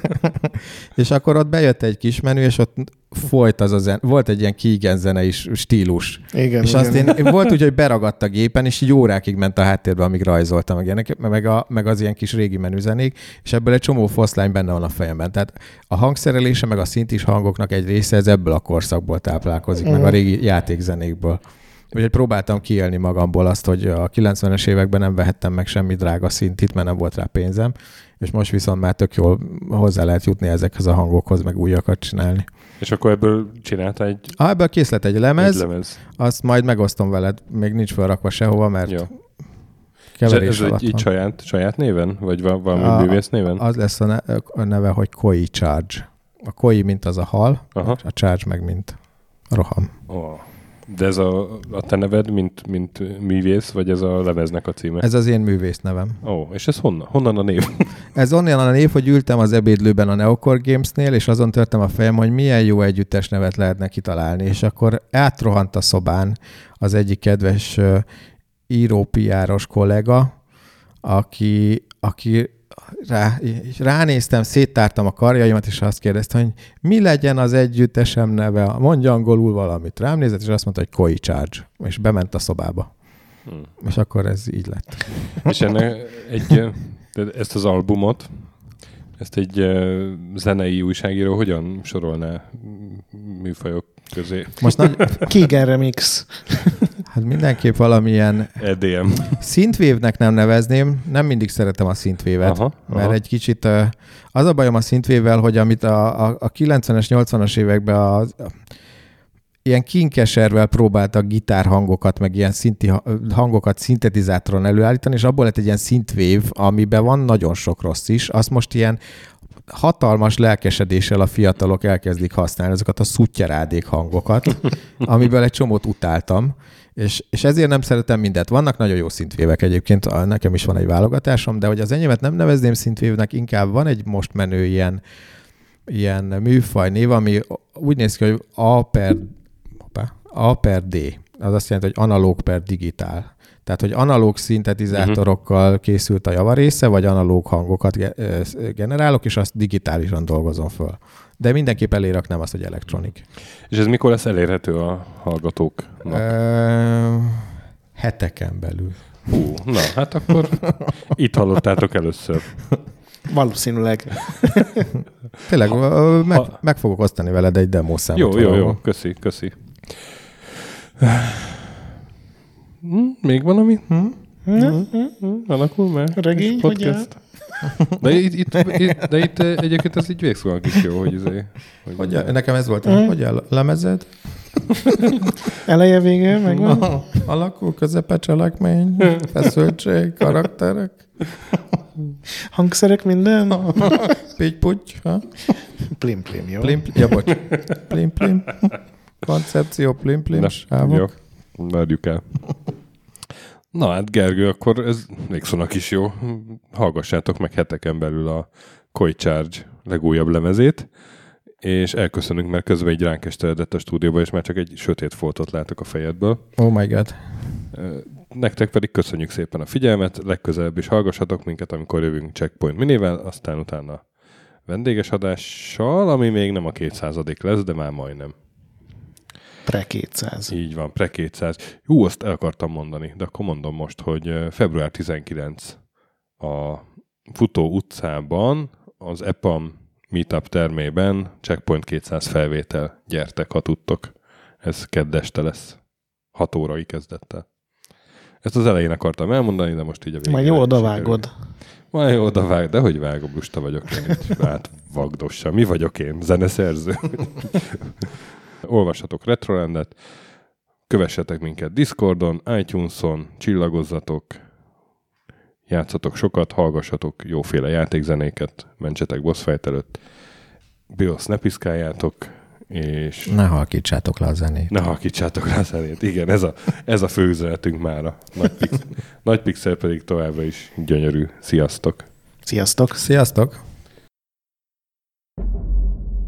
És akkor ott bejött egy kis menü, és ott folyt az a zen- volt egy ilyen kígen zenei stílus. Igen, és igen. azt én, én volt úgy, hogy beragadt a gépen, és így órákig ment a háttérbe, amíg rajzoltam, meg, ilyenek, meg, a, meg az ilyen kis régi menüzenék, és ebből egy csomó foszlány benne van a fejemben. Tehát a hangszerelése, meg a szintis hangoknak egy része, ez ebből a korszakból táplálkozik, mm. meg a régi játékzenékből. Úgyhogy próbáltam kiélni magamból azt, hogy a kilencvenes években nem vehettem meg semmi drága szintit, mert nem volt rá pénzem, és most viszont már tök jól hozzá lehet jutni ezekhez a hangokhoz, meg újakat csinálni. És akkor ebből csinálta egy... Ah, ebből kész lett egy lemez, egy lemez, azt majd megosztom veled, még nincs felrakva sehova, mert jó. keverés ez alatt egy, egy saját, saját néven? Vagy valami művész néven? Az lesz a, ne, a neve, hogy Koi Charge. A Koi, mint az a hal, Aha. a Charge meg, mint a roham. Oh. De ez a, a te neved, mint, mint művész, vagy ez a lemeznek a címe? Ez az én művész nevem. Ó, oh, és ez honnan? Honnan a név? Ez onnan a név, hogy ültem az ebédlőben a Neocore Gamesnél, és azon törtem a fejem, hogy milyen jó együttes nevet lehetne kitalálni. És akkor átrohant a szobán az egyik kedves uh, író-piáros kollega, aki, aki rá, ránéztem, széttártam a karjaimat, és azt kérdezte, hogy mi legyen az együttesem neve, mondja angolul valamit. Rám nézett, és azt mondta, hogy Koi Charge, és bement a szobába. Hmm. És akkor ez így lett. És ennek egy, ezt az albumot, ezt egy uh, zenei újságíró hogyan sorolná műfajok közé? Most nagy... Kígen remix. Hát mindenképp valamilyen... E D M. Szintvévnek nem nevezném, nem mindig szeretem a szintvévet, aha, mert aha. egy kicsit... Az a bajom a szintvévvel, hogy amit a, a, a kilencvenes, nyolcvanas években a, a, ilyen kinkeservel próbáltak gitárhangokat, meg ilyen szinti hangokat szintetizátoron előállítani, és abból lett egy ilyen szintvév, amiben van nagyon sok rossz is. Azt most ilyen hatalmas lelkesedéssel a fiatalok elkezdik használni azokat a szuttyrádék hangokat, amiből egy csomót utáltam, és, és ezért nem szeretem mindet. Vannak nagyon jó szintvévek egyébként, nekem is van egy válogatásom, de hogy az enyémet nem nevezném szintvévnek, inkább van egy most menő ilyen, ilyen műfaj név, ami úgy néz ki, hogy A per, A per D. Az azt jelenti, hogy analóg per digitál. Tehát, hogy analóg szintetizátorokkal uh-huh. készült a javarésze, vagy analóg hangokat generálok, és azt digitálisan dolgozom föl. De mindenképp eléraknám azt, hogy elektronik. És ez mikor lesz elérhető a hallgatóknak? Ö, heteken belül. Hú, na, hát akkor itt hallottátok először. Valószínűleg. Tényleg, meg, meg fogok osztani veled egy demószámot. Jó, jó, jó, köszi, köszi. Hm, még van, ami? Hm? Hm? Hm? Alakul már? Regény, podcast. De itt, itt, itt, de itt egyébként ez így végszólag is jó, hogy, izé, hogy, hogy a, nekem ez volt, mm. hogy a lemezed? Eleje, vége, megvan. Alakul, közepe, cselekmény, feszültség, karakterek. Hangszerek, minden. Pitty-putty. Plim-plim, jó? Plim, ja, bocs. Plim-plim. Koncepció, plim-plim, sávok. Jó, várjuk el. Na hát Gergő, akkor ez végszónak is jó. Hallgassátok meg heteken belül a Koi Charge legújabb lemezét, és elköszönünk, mert közben így ránk esteledett a stúdióba, és már csak egy sötét foltot látok a fejedből. Oh my god. Nektek pedig köszönjük szépen a figyelmet, legközelebb is hallgassatok minket, amikor jövünk Checkpoint Minivel, aztán utána vendéges adással, ami még nem a kétszázadik lesz, de már majdnem. Pre kétszáz. Így van, pre kétszáz. Jó, azt el akartam mondani, de akkor mondom most, hogy február tizenkilencedike a Futó utcában, az E P A M Meetup termében Checkpoint kétszáz felvétel. Gyertek, ha tudtok. Ez kedd este lesz. hat órai kezdettel. Ezt az elején akartam elmondani, de most így a végén. Majd jó odavágod. Majd jó odavág, de hogy vágom, lusta vagyok én itt. Hát vagdossa. Mi vagyok én? Zeneszerző. Olvassatok Retrolandet, kövessetek minket Discordon, iTunes-on, csillagozzatok, játszatok sokat, hallgassatok jóféle játékzenéket, mentsetek boss fight előtt, BIOS ne piszkáljátok, és... Ne halkítsátok le a zenét. Ne halkítsátok le a zenét, igen, ez a, ez a fő üzenetünk mára. Nagy, pix, Nagy Pixel pedig továbbra is gyönyörű. Sziasztok! Sziasztok! Sziasztok!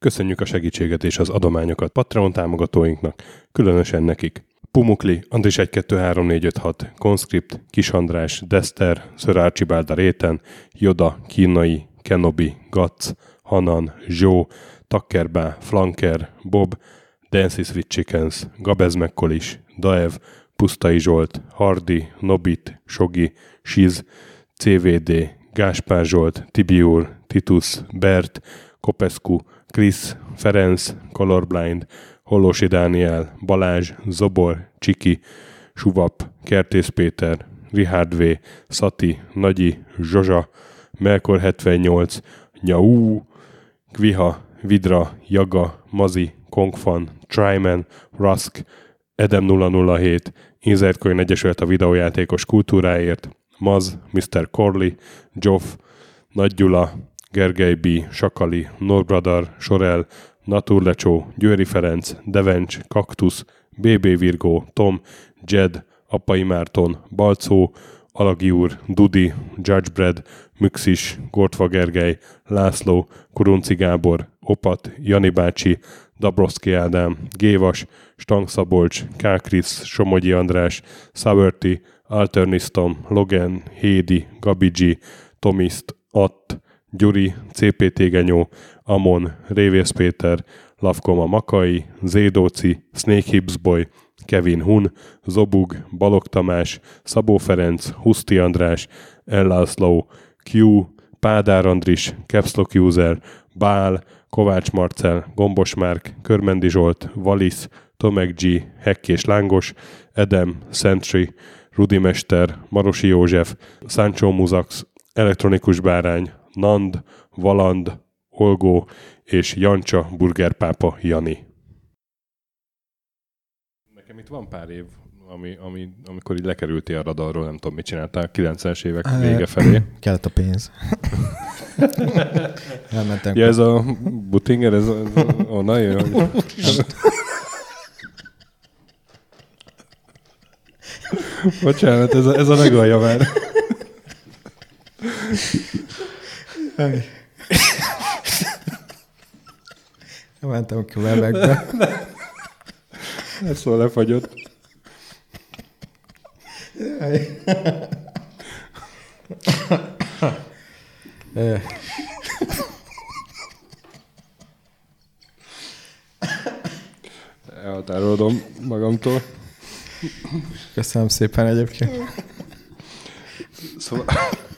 Köszönjük a segítséget és az adományokat Patreon támogatóinknak, különösen nekik. Pumukli, Andris egy kettő három négy öt hat, Conscript, Kis András, Dester, Sir Archibald a Réten, Yoda, Kínai, Kenobi, Gatz, Hanan, Zsó, Takkerbá, Flanker, Bob, Dancy Sweet Chickens, Gabez Mekkolis, Daev, Pusztai Zsolt, Hardi, Nobit, Sogi, Siz, cé vé dé, Gáspár Zsolt, Tibiur, Titus, Bert, Kopescu, Krisz, Ferenc, Colorblind, Hollósi Dániel, Balázs, Zobor, Csiki, Suvap, Kertész Péter, Richard V, Szati, Nagyi, Zsozsa, Melkor hetvennyolc, Nyau, Kviha, Vidra, Jaga, Mazi, Kongfan, Tryman, Rusk, Edem nulla nulla hét, Insert Coin Egyesület a videójátékos kultúráért, Maz, miszter Corley, Joff, Nagy Gyula, Gergely B, Sakali, Norbradar, Sorel, Naturlecsó, Győri Ferenc, Devencs, Kaktusz, bé bé Virgó, Tom, Jed, Appai Márton, Balcó, Alagi úr, Dudi, Judgebred, Müxis, Gortva Gergely, László, Kurunci Gábor, Opat, Jani bácsi, Dabrowski Ádám, Gévas, Stang Szabolcs, Kákris, Somogyi András, Saverty, Alternisztom, Logan, Hédi, Gabigi, Tomiszt, Att, Gyuri, cé pé té Genyó, Amon, Révész Péter, Lavkoma Makai, Zédóci, Snake Hips Boy, Kevin Hun, Zobug, Balog Tamás, Szabó Ferenc, Huszti András, Ellászló, Q, Pádár Andris, Capslock User, Bál, Kovács Marcel, Gombos Márk, Körmendi Zsolt, Valisz, Tomek G, Hekkés Lángos, Edem, Sentry, Rudimester, Marosi József, Sancho Muzax, Elektronikus Bárány, Nand, Valand, Olgó és Jancsa Burgerpápa Jani. Nekem itt van pár év, ami, ami, amikor így lekerültél a radarról, nem tudom, mit csináltál, kilencvenes évek vége felé. Kellett a pénz. Elmentem. Ja, ez a Butinger, ez, ez onnan jön. Bocsánat, ez a, ez a legalja már. Mentem ki levegbe. Ez szól lefagyott. Elhatárolodom magamtól. Köszönöm szépen egyébként. Szóval...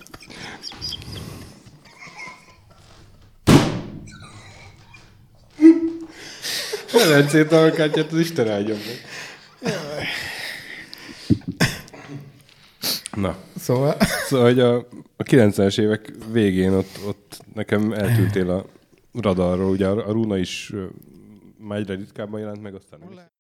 Ferencét a kártyát, az Isten áldjon meg. Na. Szóval... Szóval, hogy a, a kilencvenes évek végén ott, ott nekem eltűntél a radarról. Ugye a, a Runa is már egyre ritkábban jelent meg, aztán nem.